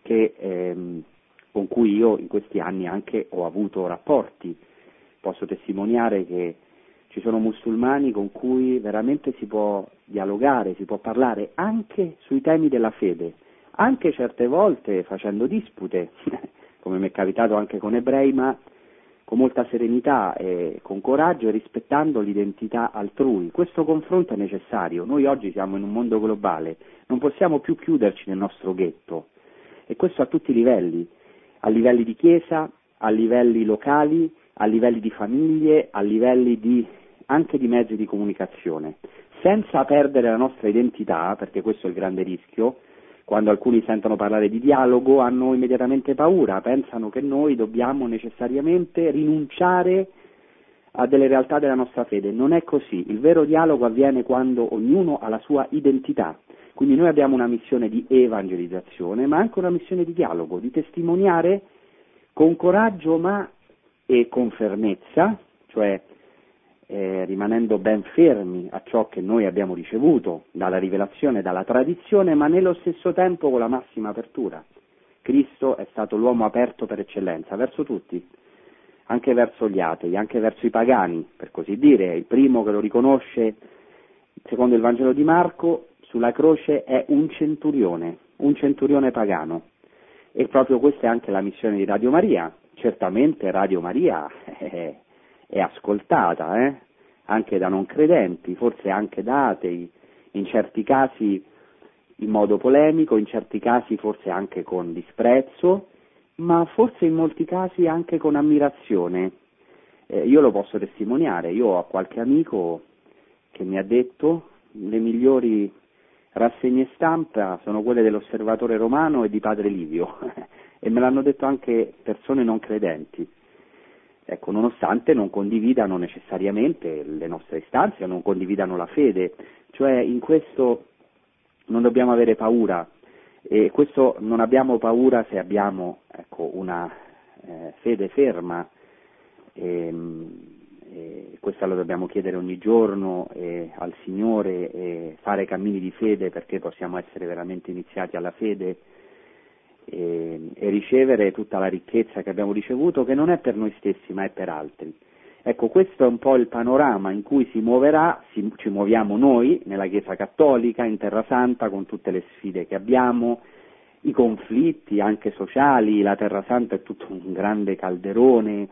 con cui io in questi anni anche ho avuto rapporti. Posso testimoniare che ci sono musulmani con cui veramente si può dialogare, si può parlare anche sui temi della fede, anche certe volte facendo dispute, come mi è capitato anche con ebrei, ma con molta serenità e con coraggio e rispettando l'identità altrui. Questo confronto è necessario. Noi oggi siamo in un mondo globale, non possiamo più chiuderci nel nostro ghetto, e questo a tutti i livelli, a livelli di chiesa, a livelli locali, a livelli di famiglie, a livelli anche di mezzi di comunicazione, senza perdere la nostra identità, perché questo è il grande rischio. Quando alcuni sentono parlare di dialogo hanno immediatamente paura, pensano che noi dobbiamo necessariamente rinunciare a delle realtà della nostra fede. Non è così, il vero dialogo avviene quando ognuno ha la sua identità, quindi noi abbiamo una missione di evangelizzazione, ma anche una missione di dialogo, di testimoniare con coraggio e con fermezza, cioè rimanendo ben fermi a ciò che noi abbiamo ricevuto dalla rivelazione, dalla tradizione, ma nello stesso tempo con la massima apertura. Cristo è stato l'uomo aperto per eccellenza, verso tutti, anche verso gli atei, anche verso i pagani, per così dire. È il primo che lo riconosce, secondo il Vangelo di Marco, sulla croce è un centurione pagano. E proprio questa è anche la missione di Radio Maria. Certamente Radio Maria è ascoltata, anche da non credenti, forse anche da atei, in certi casi in modo polemico, in certi casi forse anche con disprezzo, ma forse in molti casi anche con ammirazione. Io lo posso testimoniare, io ho qualche amico che mi ha detto le migliori rassegne stampa sono quelle dell'Osservatore Romano e di Padre Livio, e me l'hanno detto anche persone non credenti. Nonostante non condividano necessariamente le nostre istanze, non condividano la fede, cioè in questo non dobbiamo avere paura, e questo non abbiamo paura se abbiamo una fede ferma e questo lo dobbiamo chiedere ogni giorno al Signore, e fare cammini di fede perché possiamo essere veramente iniziati alla fede e ricevere tutta la ricchezza che abbiamo ricevuto, che non è per noi stessi ma è per altri. Ecco, questo è un po' il panorama in cui ci muoviamo noi nella Chiesa Cattolica, in Terra Santa, con tutte le sfide che abbiamo, i conflitti anche sociali. La Terra Santa è tutto un grande calderone.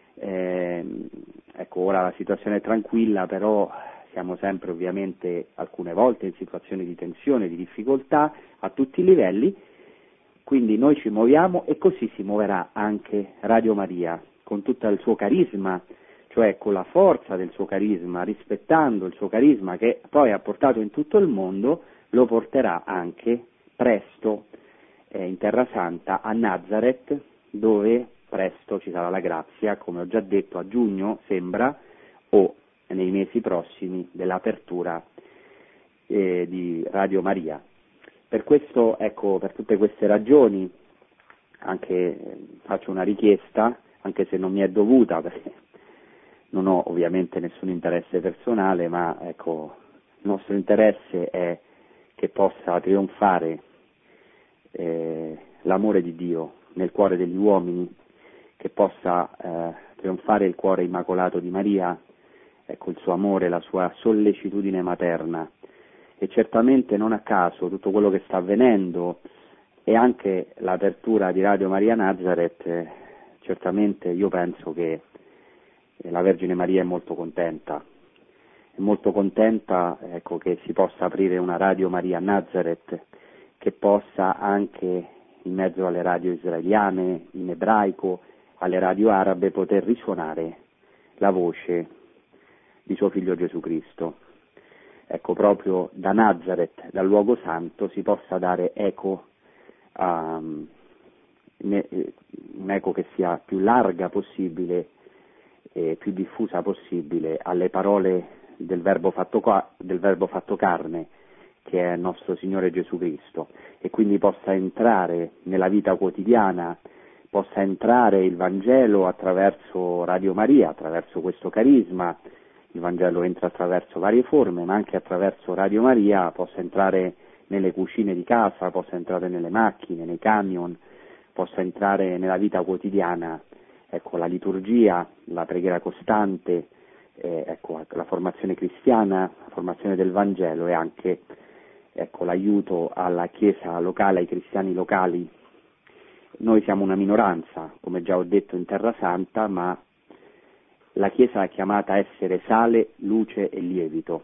Ecco, ora la situazione è tranquilla, però siamo sempre ovviamente alcune volte in situazioni di tensione, di difficoltà a tutti i livelli, quindi noi ci muoviamo e così si muoverà anche Radio Maria, con tutto il suo carisma, cioè con la forza del suo carisma, rispettando il suo carisma che poi ha portato in tutto il mondo, lo porterà anche presto in Terra Santa, a Nazareth, dove presto ci sarà la grazia, come ho già detto, a giugno sembra, o nei mesi prossimi, dell'apertura di Radio Maria. Per questo, ecco, per tutte queste ragioni, anche faccio una richiesta, anche se non mi è dovuta, perché non ho ovviamente nessun interesse personale, ma ecco, il nostro interesse è che possa trionfare l'amore di Dio nel cuore degli uomini, che possa trionfare il cuore immacolato di Maria, ecco, il suo amore, la sua sollecitudine materna. E certamente non a caso tutto quello che sta avvenendo e anche l'apertura di Radio Maria Nazareth, certamente io penso che la Vergine Maria è molto contenta, ecco, che si possa aprire una Radio Maria Nazareth, che possa anche in mezzo alle radio israeliane, in ebraico, alle radio arabe, poter risuonare la voce di suo figlio Gesù Cristo. Ecco, proprio da Nazareth, dal luogo santo, si possa dare eco, un eco che sia più larga possibile e più diffusa possibile alle parole del Verbo fatto carne, che è nostro Signore Gesù Cristo, e quindi possa entrare nella vita quotidiana, possa entrare il Vangelo attraverso Radio Maria, attraverso questo carisma. Il Vangelo entra attraverso varie forme, ma anche attraverso Radio Maria possa entrare nelle cucine di casa, possa entrare nelle macchine, nei camion, possa entrare nella vita quotidiana. Ecco, la liturgia, la preghiera costante, ecco, la formazione cristiana, la formazione del Vangelo e anche, ecco, l'aiuto alla Chiesa locale, ai cristiani locali. Noi siamo una minoranza, come già ho detto, in Terra Santa, ma la Chiesa è chiamata a essere sale, luce e lievito.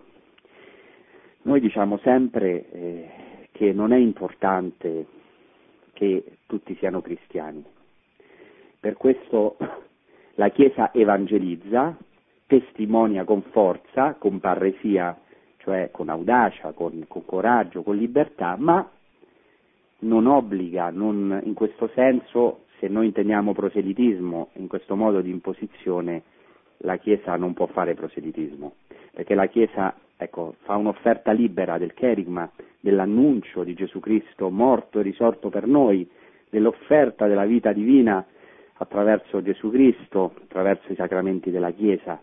Noi diciamo sempre che non è importante che tutti siano cristiani. Per questo la Chiesa evangelizza, testimonia con forza, con parresia, cioè con audacia, con coraggio, con libertà, ma non obbliga, in questo senso, se noi intendiamo proselitismo in questo modo di imposizione, la Chiesa non può fare proselitismo, perché la Chiesa, ecco, fa un'offerta libera del cherigma, dell'annuncio di Gesù Cristo morto e risorto per noi, dell'offerta della vita divina attraverso Gesù Cristo, attraverso i sacramenti della Chiesa.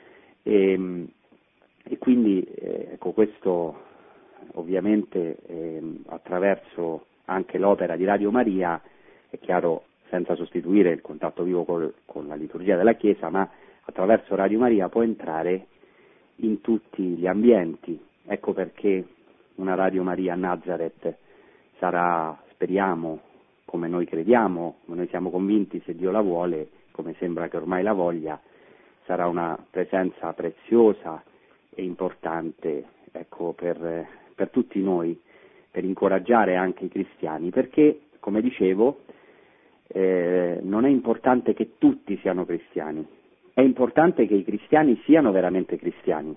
E quindi, ecco, questo ovviamente attraverso anche l'opera di Radio Maria, è chiaro, senza sostituire il contatto vivo con la liturgia della Chiesa, ma attraverso Radio Maria può entrare in tutti gli ambienti. Ecco perché una Radio Maria a Nazareth sarà, speriamo, come noi crediamo, come noi siamo convinti, se Dio la vuole, come sembra che ormai la voglia, sarà una presenza preziosa e importante, ecco, per tutti noi, per incoraggiare anche i cristiani, perché, come dicevo, non è importante che tutti siano cristiani, è importante che i cristiani siano veramente cristiani.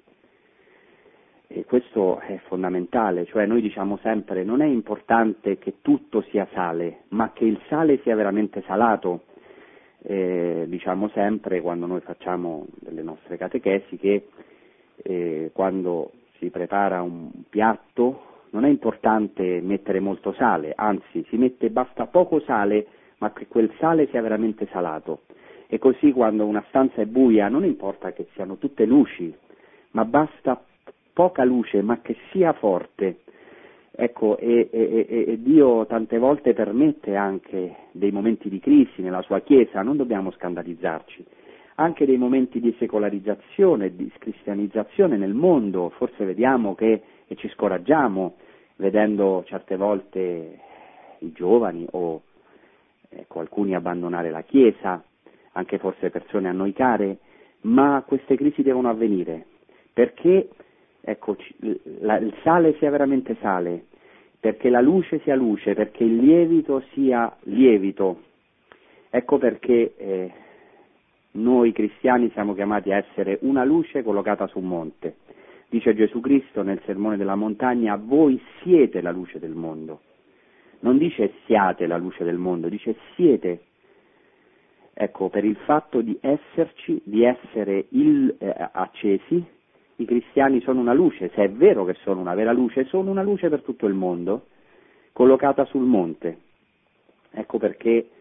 E questo è fondamentale, cioè noi diciamo sempre non è importante che tutto sia sale, ma che il sale sia veramente salato. Diciamo sempre quando noi facciamo delle nostre catechesi che quando si prepara un piatto non è importante mettere molto sale, anzi basta poco sale, ma che quel sale sia veramente salato. E così quando una stanza è buia non importa che siano tutte luci, ma basta poca luce, ma che sia forte. Ecco, e Dio tante volte permette anche dei momenti di crisi nella sua Chiesa, non dobbiamo scandalizzarci, anche dei momenti di secolarizzazione, di cristianizzazione nel mondo, forse vediamo che e ci scoraggiamo vedendo certe volte i giovani o alcuni abbandonare la Chiesa, anche forse persone a noi care, ma queste crisi devono avvenire, perché il sale sia veramente sale, perché la luce sia luce, perché il lievito sia lievito. Ecco perché noi cristiani siamo chiamati a essere una luce collocata su un monte. Dice Gesù Cristo nel Sermone della Montagna: voi siete la luce del mondo. Non dice siate la luce del mondo, dice siete. Ecco, per il fatto di esserci, di essere accesi, i cristiani sono una luce, se è vero che sono una vera luce, sono una luce per tutto il mondo, collocata sul monte. Ecco perché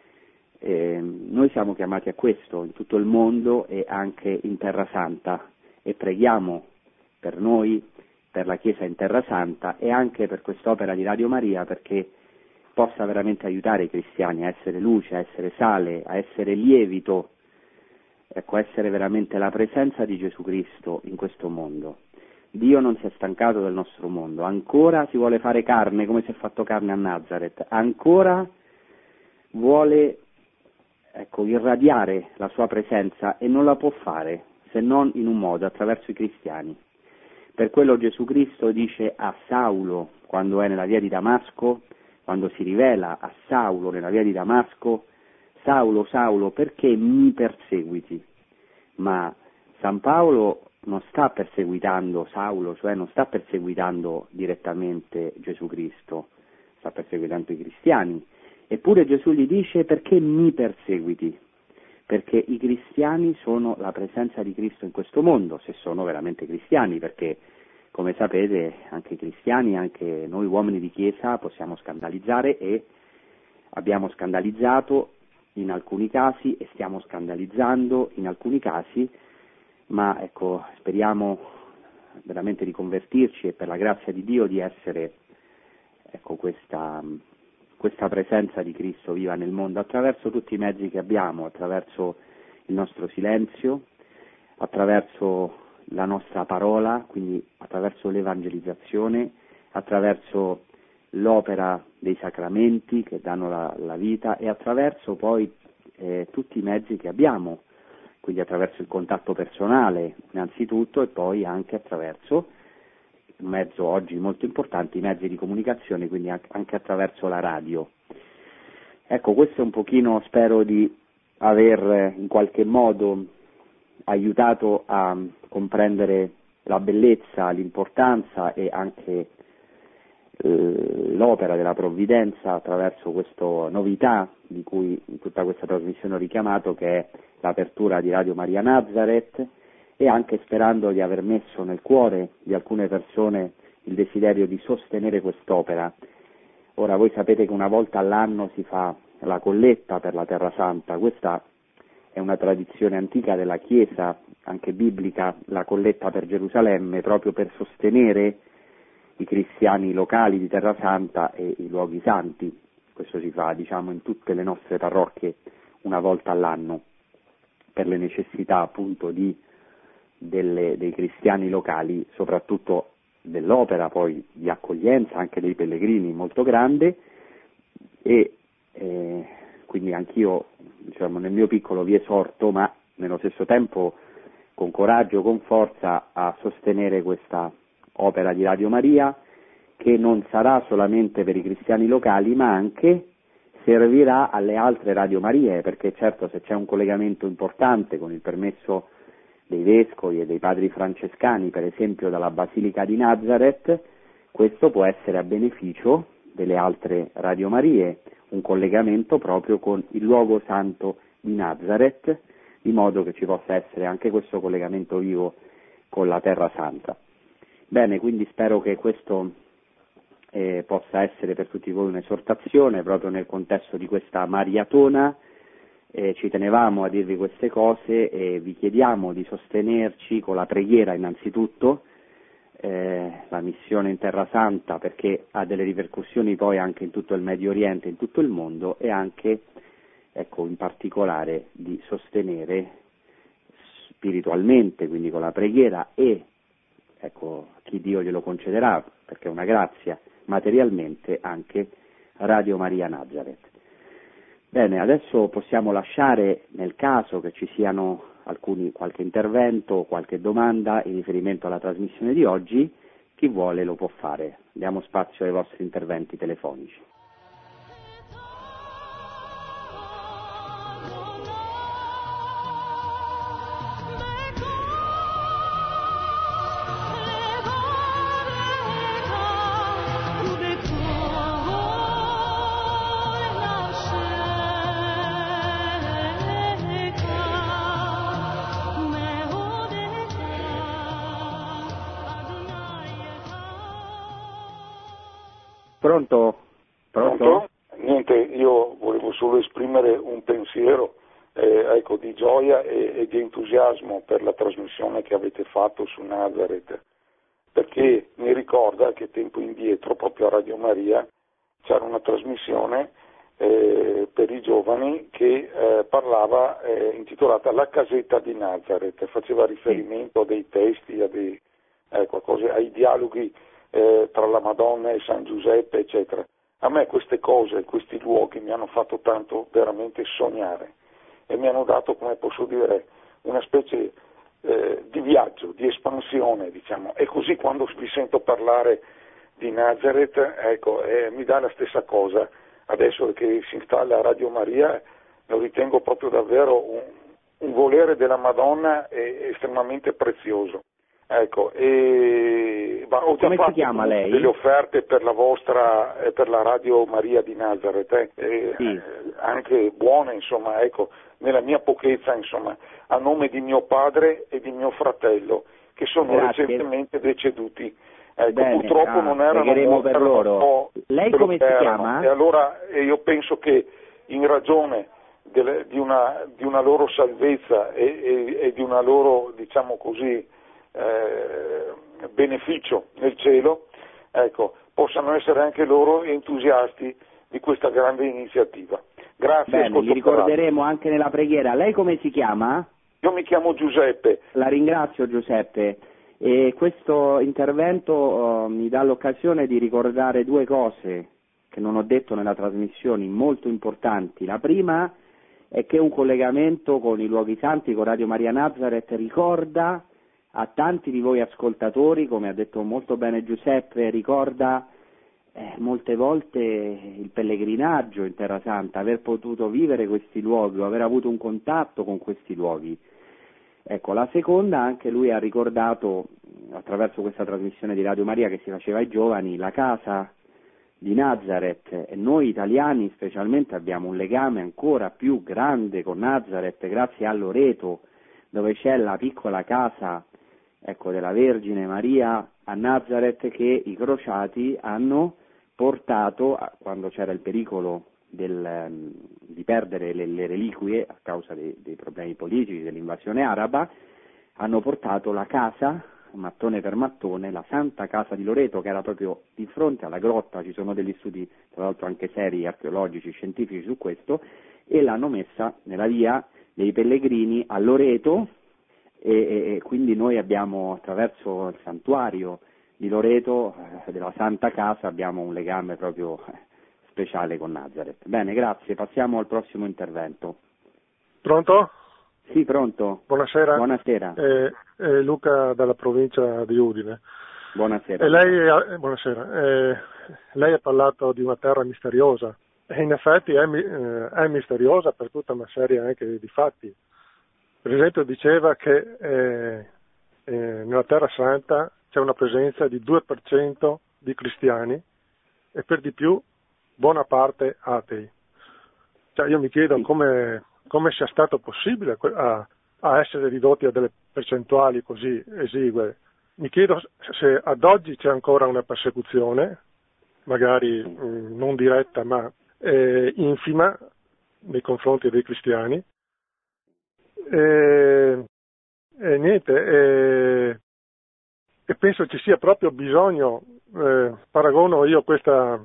noi siamo chiamati a questo in tutto il mondo e anche in Terra Santa, e preghiamo per noi, per la Chiesa in Terra Santa e anche per quest'opera di Radio Maria, perché possa veramente aiutare i cristiani a essere luce, a essere sale, a essere lievito, ecco, essere veramente la presenza di Gesù Cristo in questo mondo. Dio non si è stancato del nostro mondo, ancora si vuole fare carne come si è fatto carne a Nazareth, ancora vuole irradiare la sua presenza e non la può fare se non in un modo, attraverso i cristiani. Per quello Gesù Cristo dice a Saulo, quando è nella via di Damasco, quando si rivela a Saulo nella via di Damasco: Saulo, Saulo, perché mi perseguiti? Ma San Paolo non sta perseguitando Saulo, cioè non sta perseguitando direttamente Gesù Cristo, sta perseguitando i cristiani. Eppure Gesù gli dice: perché mi perseguiti? Perché i cristiani sono la presenza di Cristo in questo mondo, se sono veramente cristiani, perché come sapete anche i cristiani, anche noi uomini di Chiesa possiamo scandalizzare, e abbiamo scandalizzato in alcuni casi e stiamo scandalizzando in alcuni casi, ma ecco, speriamo veramente di convertirci e per la grazia di Dio di essere questa presenza di Cristo viva nel mondo attraverso tutti i mezzi che abbiamo, attraverso il nostro silenzio, attraverso la nostra parola, quindi attraverso l'evangelizzazione, attraverso l'opera dei sacramenti che danno la vita e attraverso poi tutti i mezzi che abbiamo, quindi attraverso il contatto personale innanzitutto e poi anche attraverso un mezzo oggi molto importante, i mezzi di comunicazione, quindi anche attraverso la radio. Ecco, questo è un pochino, spero di aver in qualche modo aiutato a comprendere la bellezza, l'importanza e anche l'opera della provvidenza attraverso questa novità di cui in tutta questa trasmissione ho richiamato, che è l'apertura di Radio Maria Nazareth, e anche sperando di aver messo nel cuore di alcune persone il desiderio di sostenere quest'opera. Ora voi sapete che una volta all'anno si fa la colletta per la Terra Santa, questa è una tradizione antica della Chiesa, anche biblica, la colletta per Gerusalemme, proprio per sostenere i cristiani locali di Terra Santa e i luoghi santi. Questo si fa, in tutte le nostre parrocchie una volta all'anno, per le necessità appunto dei cristiani locali, soprattutto dell'opera poi di accoglienza anche dei pellegrini molto grande, e quindi anch'io nel mio piccolo vi esorto, ma nello stesso tempo con coraggio, con forza, a sostenere questa opera di Radio Maria, che non sarà solamente per i cristiani locali, ma anche servirà alle altre Radio Marie, perché certo se c'è un collegamento importante con il permesso dei vescovi e dei padri francescani, per esempio dalla Basilica di Nazareth, questo può essere a beneficio delle altre Radio Marie, un collegamento proprio con il luogo santo di Nazareth, di modo che ci possa essere anche questo collegamento vivo con la Terra Santa. Bene, quindi spero che questo possa essere per tutti voi un'esortazione proprio nel contesto di questa maratona Ci tenevamo a dirvi queste cose e vi chiediamo di sostenerci con la preghiera innanzitutto, la missione in Terra Santa, perché ha delle ripercussioni poi anche in tutto il Medio Oriente, in tutto il mondo, e anche, ecco, in particolare di sostenere spiritualmente, quindi con la preghiera e, ecco, chi Dio glielo concederà, perché è una grazia, materialmente anche Radio Maria Nazareth. Bene, adesso possiamo lasciare, nel caso che ci siano qualche intervento o qualche domanda in riferimento alla trasmissione di oggi, chi vuole lo può fare. Diamo spazio ai vostri interventi telefonici. Pronto? Pronto? Niente, io volevo solo esprimere un pensiero di gioia e di entusiasmo per la trasmissione che avete fatto su Nazareth, perché mi ricorda che tempo indietro, proprio a Radio Maria, c'era una trasmissione per i giovani che parlava, intitolata La casetta di Nazareth, faceva riferimento a dei testi, ai dialoghi tra la Madonna e San Giuseppe, eccetera. A me queste cose, questi luoghi mi hanno fatto tanto veramente sognare e mi hanno dato, come posso dire, una specie di viaggio, di espansione, diciamo. E così quando vi sento parlare di Nazareth, mi dà la stessa cosa. Adesso che si installa Radio Maria, lo ritengo proprio davvero un volere della Madonna estremamente prezioso. Ho già fatto delle offerte per la vostra, per la Radio Maria di Nazareth, sì, anche buone, insomma, nella mia pochezza, insomma, a nome di mio padre e di mio fratello, che sono recentemente deceduti. Bene, purtroppo non erano per loro. Lei come si chiama? E allora io penso che in ragione di una loro salvezza e di una loro, diciamo così, beneficio nel cielo, possano essere anche loro entusiasti di questa grande iniziativa. Grazie. Bene, li ricorderemo anche nella preghiera. Lei come si chiama? Io mi chiamo Giuseppe. La ringrazio, Giuseppe. E questo intervento mi dà l'occasione di ricordare due cose che non ho detto nella trasmissione, molto importanti. La prima è che un collegamento con i luoghi santi, con Radio Maria Nazareth, ricorda a tanti di voi ascoltatori, come ha detto molto bene Giuseppe, ricorda molte volte il pellegrinaggio in Terra Santa, aver potuto vivere questi luoghi, aver avuto un contatto con questi luoghi. Ecco, la seconda, anche lui ha ricordato, attraverso questa trasmissione di Radio Maria che si faceva ai giovani, la casa di Nazareth, e noi italiani specialmente abbiamo un legame ancora più grande con Nazareth grazie a Loreto, dove c'è la piccola casa, della Vergine Maria a Nazareth, che i crociati hanno portato, quando c'era il pericolo di perdere le reliquie a causa dei problemi politici, dell'invasione araba, hanno portato la casa, mattone per mattone, la Santa Casa di Loreto, che era proprio di fronte alla grotta. Ci sono degli studi, tra l'altro anche seri, archeologici, scientifici su questo, e l'hanno messa nella via dei pellegrini a Loreto, e quindi noi abbiamo, attraverso il santuario di Loreto, della Santa Casa, abbiamo un legame proprio speciale con Nazareth. Bene, grazie, passiamo al prossimo intervento. Pronto? Sì, pronto. Buonasera. Buonasera. Luca dalla provincia di Udine. Buonasera. Buonasera. Lei ha parlato di una terra misteriosa, e in effetti è misteriosa per tutta una serie anche di fatti. Per esempio diceva che nella Terra Santa c'è una presenza di 2% di cristiani e per di più buona parte atei. Cioè io mi chiedo come sia stato possibile a essere ridotti a delle percentuali così esigue. Mi chiedo se ad oggi c'è ancora una persecuzione, magari non diretta ma infima, nei confronti dei cristiani. E niente, e penso ci sia proprio bisogno, paragono io questa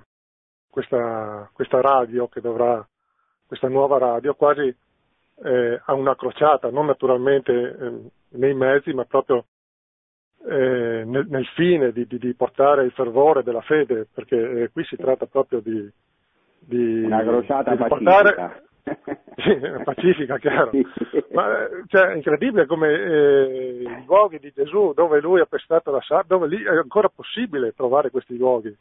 radio che dovrà, questa nuova radio, quasi a una crociata, non naturalmente nei mezzi, ma proprio nel fine di portare il fervore della fede, perché qui si tratta proprio di una crociata pacifica. Sì, pacifica, chiaro. Sì. Ma cioè, è incredibile come i luoghi di Gesù, dove lui ha pestato la sabbia, dove lì è ancora possibile trovare questi luoghi.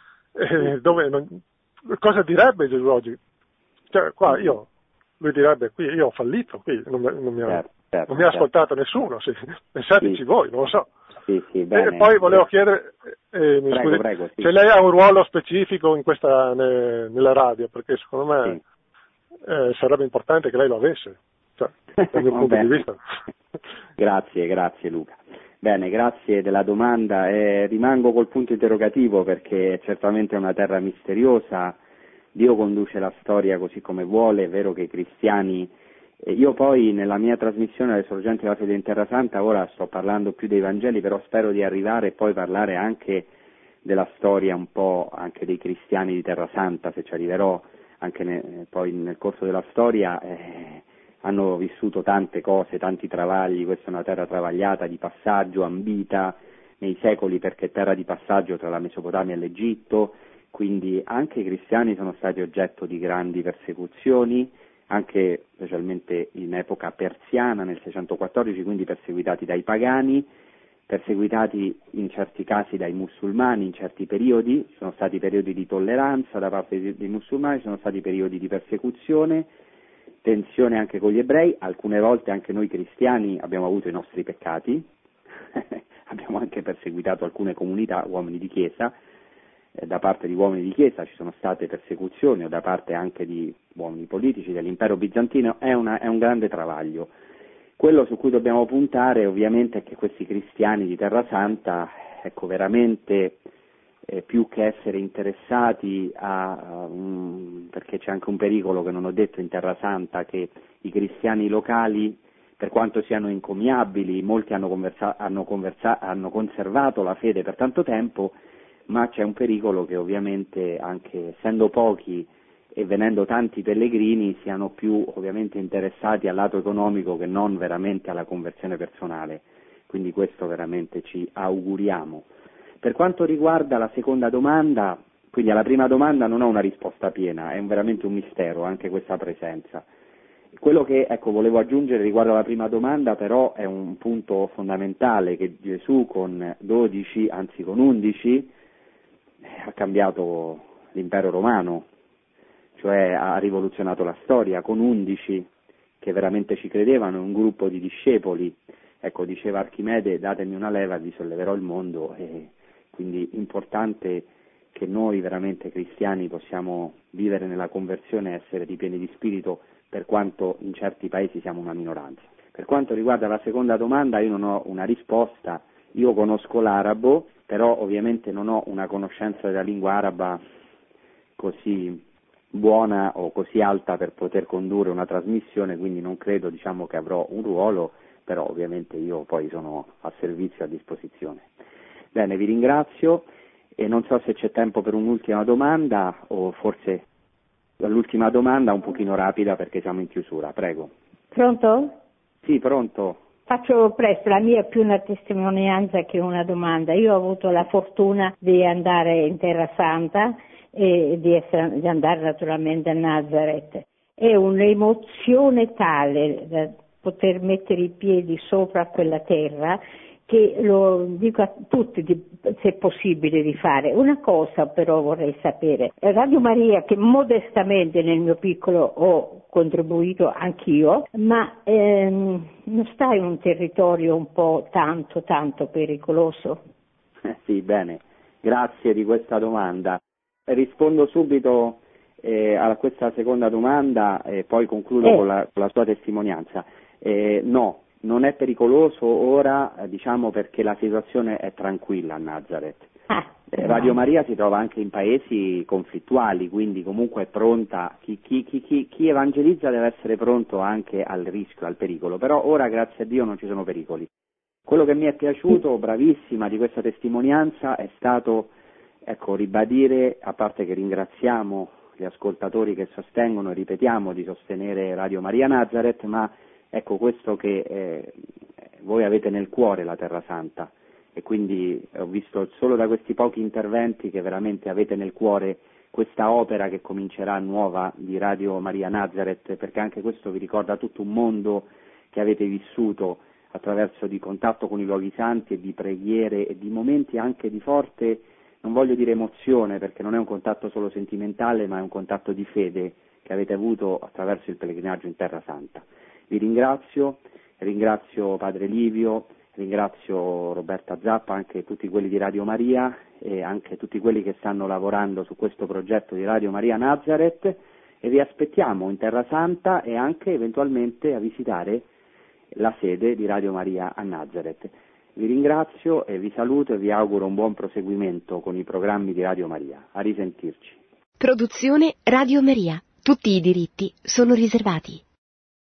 Cosa direbbe Gesù oggi? Cioè, qua lui direbbe, qui io ho fallito, qui non mi ha ascoltato nessuno, pensateci voi, non lo so. Sì, bene, e poi volevo chiedere, prego, se lei ha un ruolo specifico in nella radio, perché secondo me sarebbe importante che lei lo avesse, cioè, dal mio punto di vista. Grazie Luca. Bene, grazie della domanda. Rimango col punto interrogativo, perché è certamente una terra misteriosa. Dio conduce la storia così come vuole. È vero che i cristiani, io poi nella mia trasmissione alle sorgenti della fede in Terra Santa ora sto parlando più dei Vangeli, però spero di arrivare e poi parlare anche della storia un po' anche dei cristiani di Terra Santa, se ci arriverò anche poi nel corso della storia. Hanno vissuto tante cose, tanti travagli. Questa è una terra travagliata, di passaggio, ambita nei secoli perché terra di passaggio tra la Mesopotamia e l'Egitto, quindi anche i cristiani sono stati oggetto di grandi persecuzioni, anche specialmente in epoca persiana nel 614, quindi perseguitati dai pagani, perseguitati in certi casi dai musulmani in certi periodi. Ci sono stati periodi di tolleranza da parte dei musulmani, ci sono stati periodi di persecuzione, tensione anche con gli ebrei. Alcune volte anche noi cristiani abbiamo avuto i nostri peccati, abbiamo anche perseguitato alcune comunità, uomini di chiesa, da parte di uomini di chiesa ci sono state persecuzioni, o da parte anche di uomini politici dell'impero bizantino. È un grande travaglio. Quello su cui dobbiamo puntare ovviamente è che questi cristiani di Terra Santa, ecco, veramente più che essere interessati perché c'è anche un pericolo che non ho detto in Terra Santa, che i cristiani locali, per quanto siano encomiabili, molti hanno conservato la fede per tanto tempo, ma c'è un pericolo che ovviamente, anche essendo pochi e venendo tanti pellegrini, siano più ovviamente interessati al lato economico che non veramente alla conversione personale. Quindi questo veramente ci auguriamo. Per quanto riguarda la seconda domanda, quindi alla prima domanda non ho una risposta piena, è veramente un mistero anche questa presenza. Quello che volevo aggiungere riguardo alla prima domanda però è un punto fondamentale, che Gesù con 12, anzi con 11, ha cambiato l'impero romano, cioè ha rivoluzionato la storia. Con 11 che veramente ci credevano, un gruppo di discepoli, diceva Archimede, datemi una leva e vi solleverò il mondo. E quindi importante che noi veramente cristiani possiamo vivere nella conversione e essere ripieni di spirito, per quanto in certi paesi siamo una minoranza. Per quanto riguarda la seconda domanda, io non ho una risposta. Io conosco l'arabo, però ovviamente non ho una conoscenza della lingua araba così buona o così alta per poter condurre una trasmissione, quindi non credo che avrò un ruolo, però ovviamente io poi sono a servizio, a disposizione. Bene, vi ringrazio e non so se c'è tempo per un'ultima domanda, o forse l'ultima domanda un pochino rapida perché siamo in chiusura. Prego. Pronto? Sì, pronto. Faccio presto, la mia è più una testimonianza che una domanda. Io ho avuto la fortuna di andare in Terra Santa e di andare naturalmente a Nazareth. È un'emozione tale da poter mettere i piedi sopra quella terra, che lo dico a tutti se è possibile di fare. Una cosa però vorrei sapere: Radio Maria, che modestamente nel mio piccolo ho contribuito anch'io, ma non sta in un territorio un po' tanto pericoloso? Sì, bene, grazie di questa domanda. Rispondo subito a questa seconda domanda e poi concludo con la sua testimonianza. No, non è pericoloso ora, diciamo, perché la situazione è tranquilla a Nazareth. Radio Maria si trova anche in paesi conflittuali, quindi comunque è pronta, chi evangelizza deve essere pronto anche al rischio, al pericolo, però ora grazie a Dio non ci sono pericoli. Quello che mi è piaciuto, bravissima, di questa testimonianza è stato, ribadire, a parte che ringraziamo gli ascoltatori che sostengono e ripetiamo di sostenere Radio Maria Nazareth, ma questo che voi avete nel cuore la Terra Santa, e quindi ho visto solo da questi pochi interventi che veramente avete nel cuore questa opera che comincerà nuova di Radio Maria Nazareth, perché anche questo vi ricorda tutto un mondo che avete vissuto attraverso di contatto con i luoghi santi e di preghiere e di momenti anche di forte, non voglio dire emozione, perché non è un contatto solo sentimentale, ma è un contatto di fede che avete avuto attraverso il pellegrinaggio in Terra Santa. Vi ringrazio Padre Livio, ringrazio Roberta Zappa, anche tutti quelli di Radio Maria e anche tutti quelli che stanno lavorando su questo progetto di Radio Maria Nazareth, e vi aspettiamo in Terra Santa e anche eventualmente a visitare la sede di Radio Maria a Nazareth. Vi ringrazio e vi saluto e vi auguro un buon proseguimento con i programmi di Radio Maria. A risentirci. Produzione Radio Maria. Tutti i diritti sono riservati.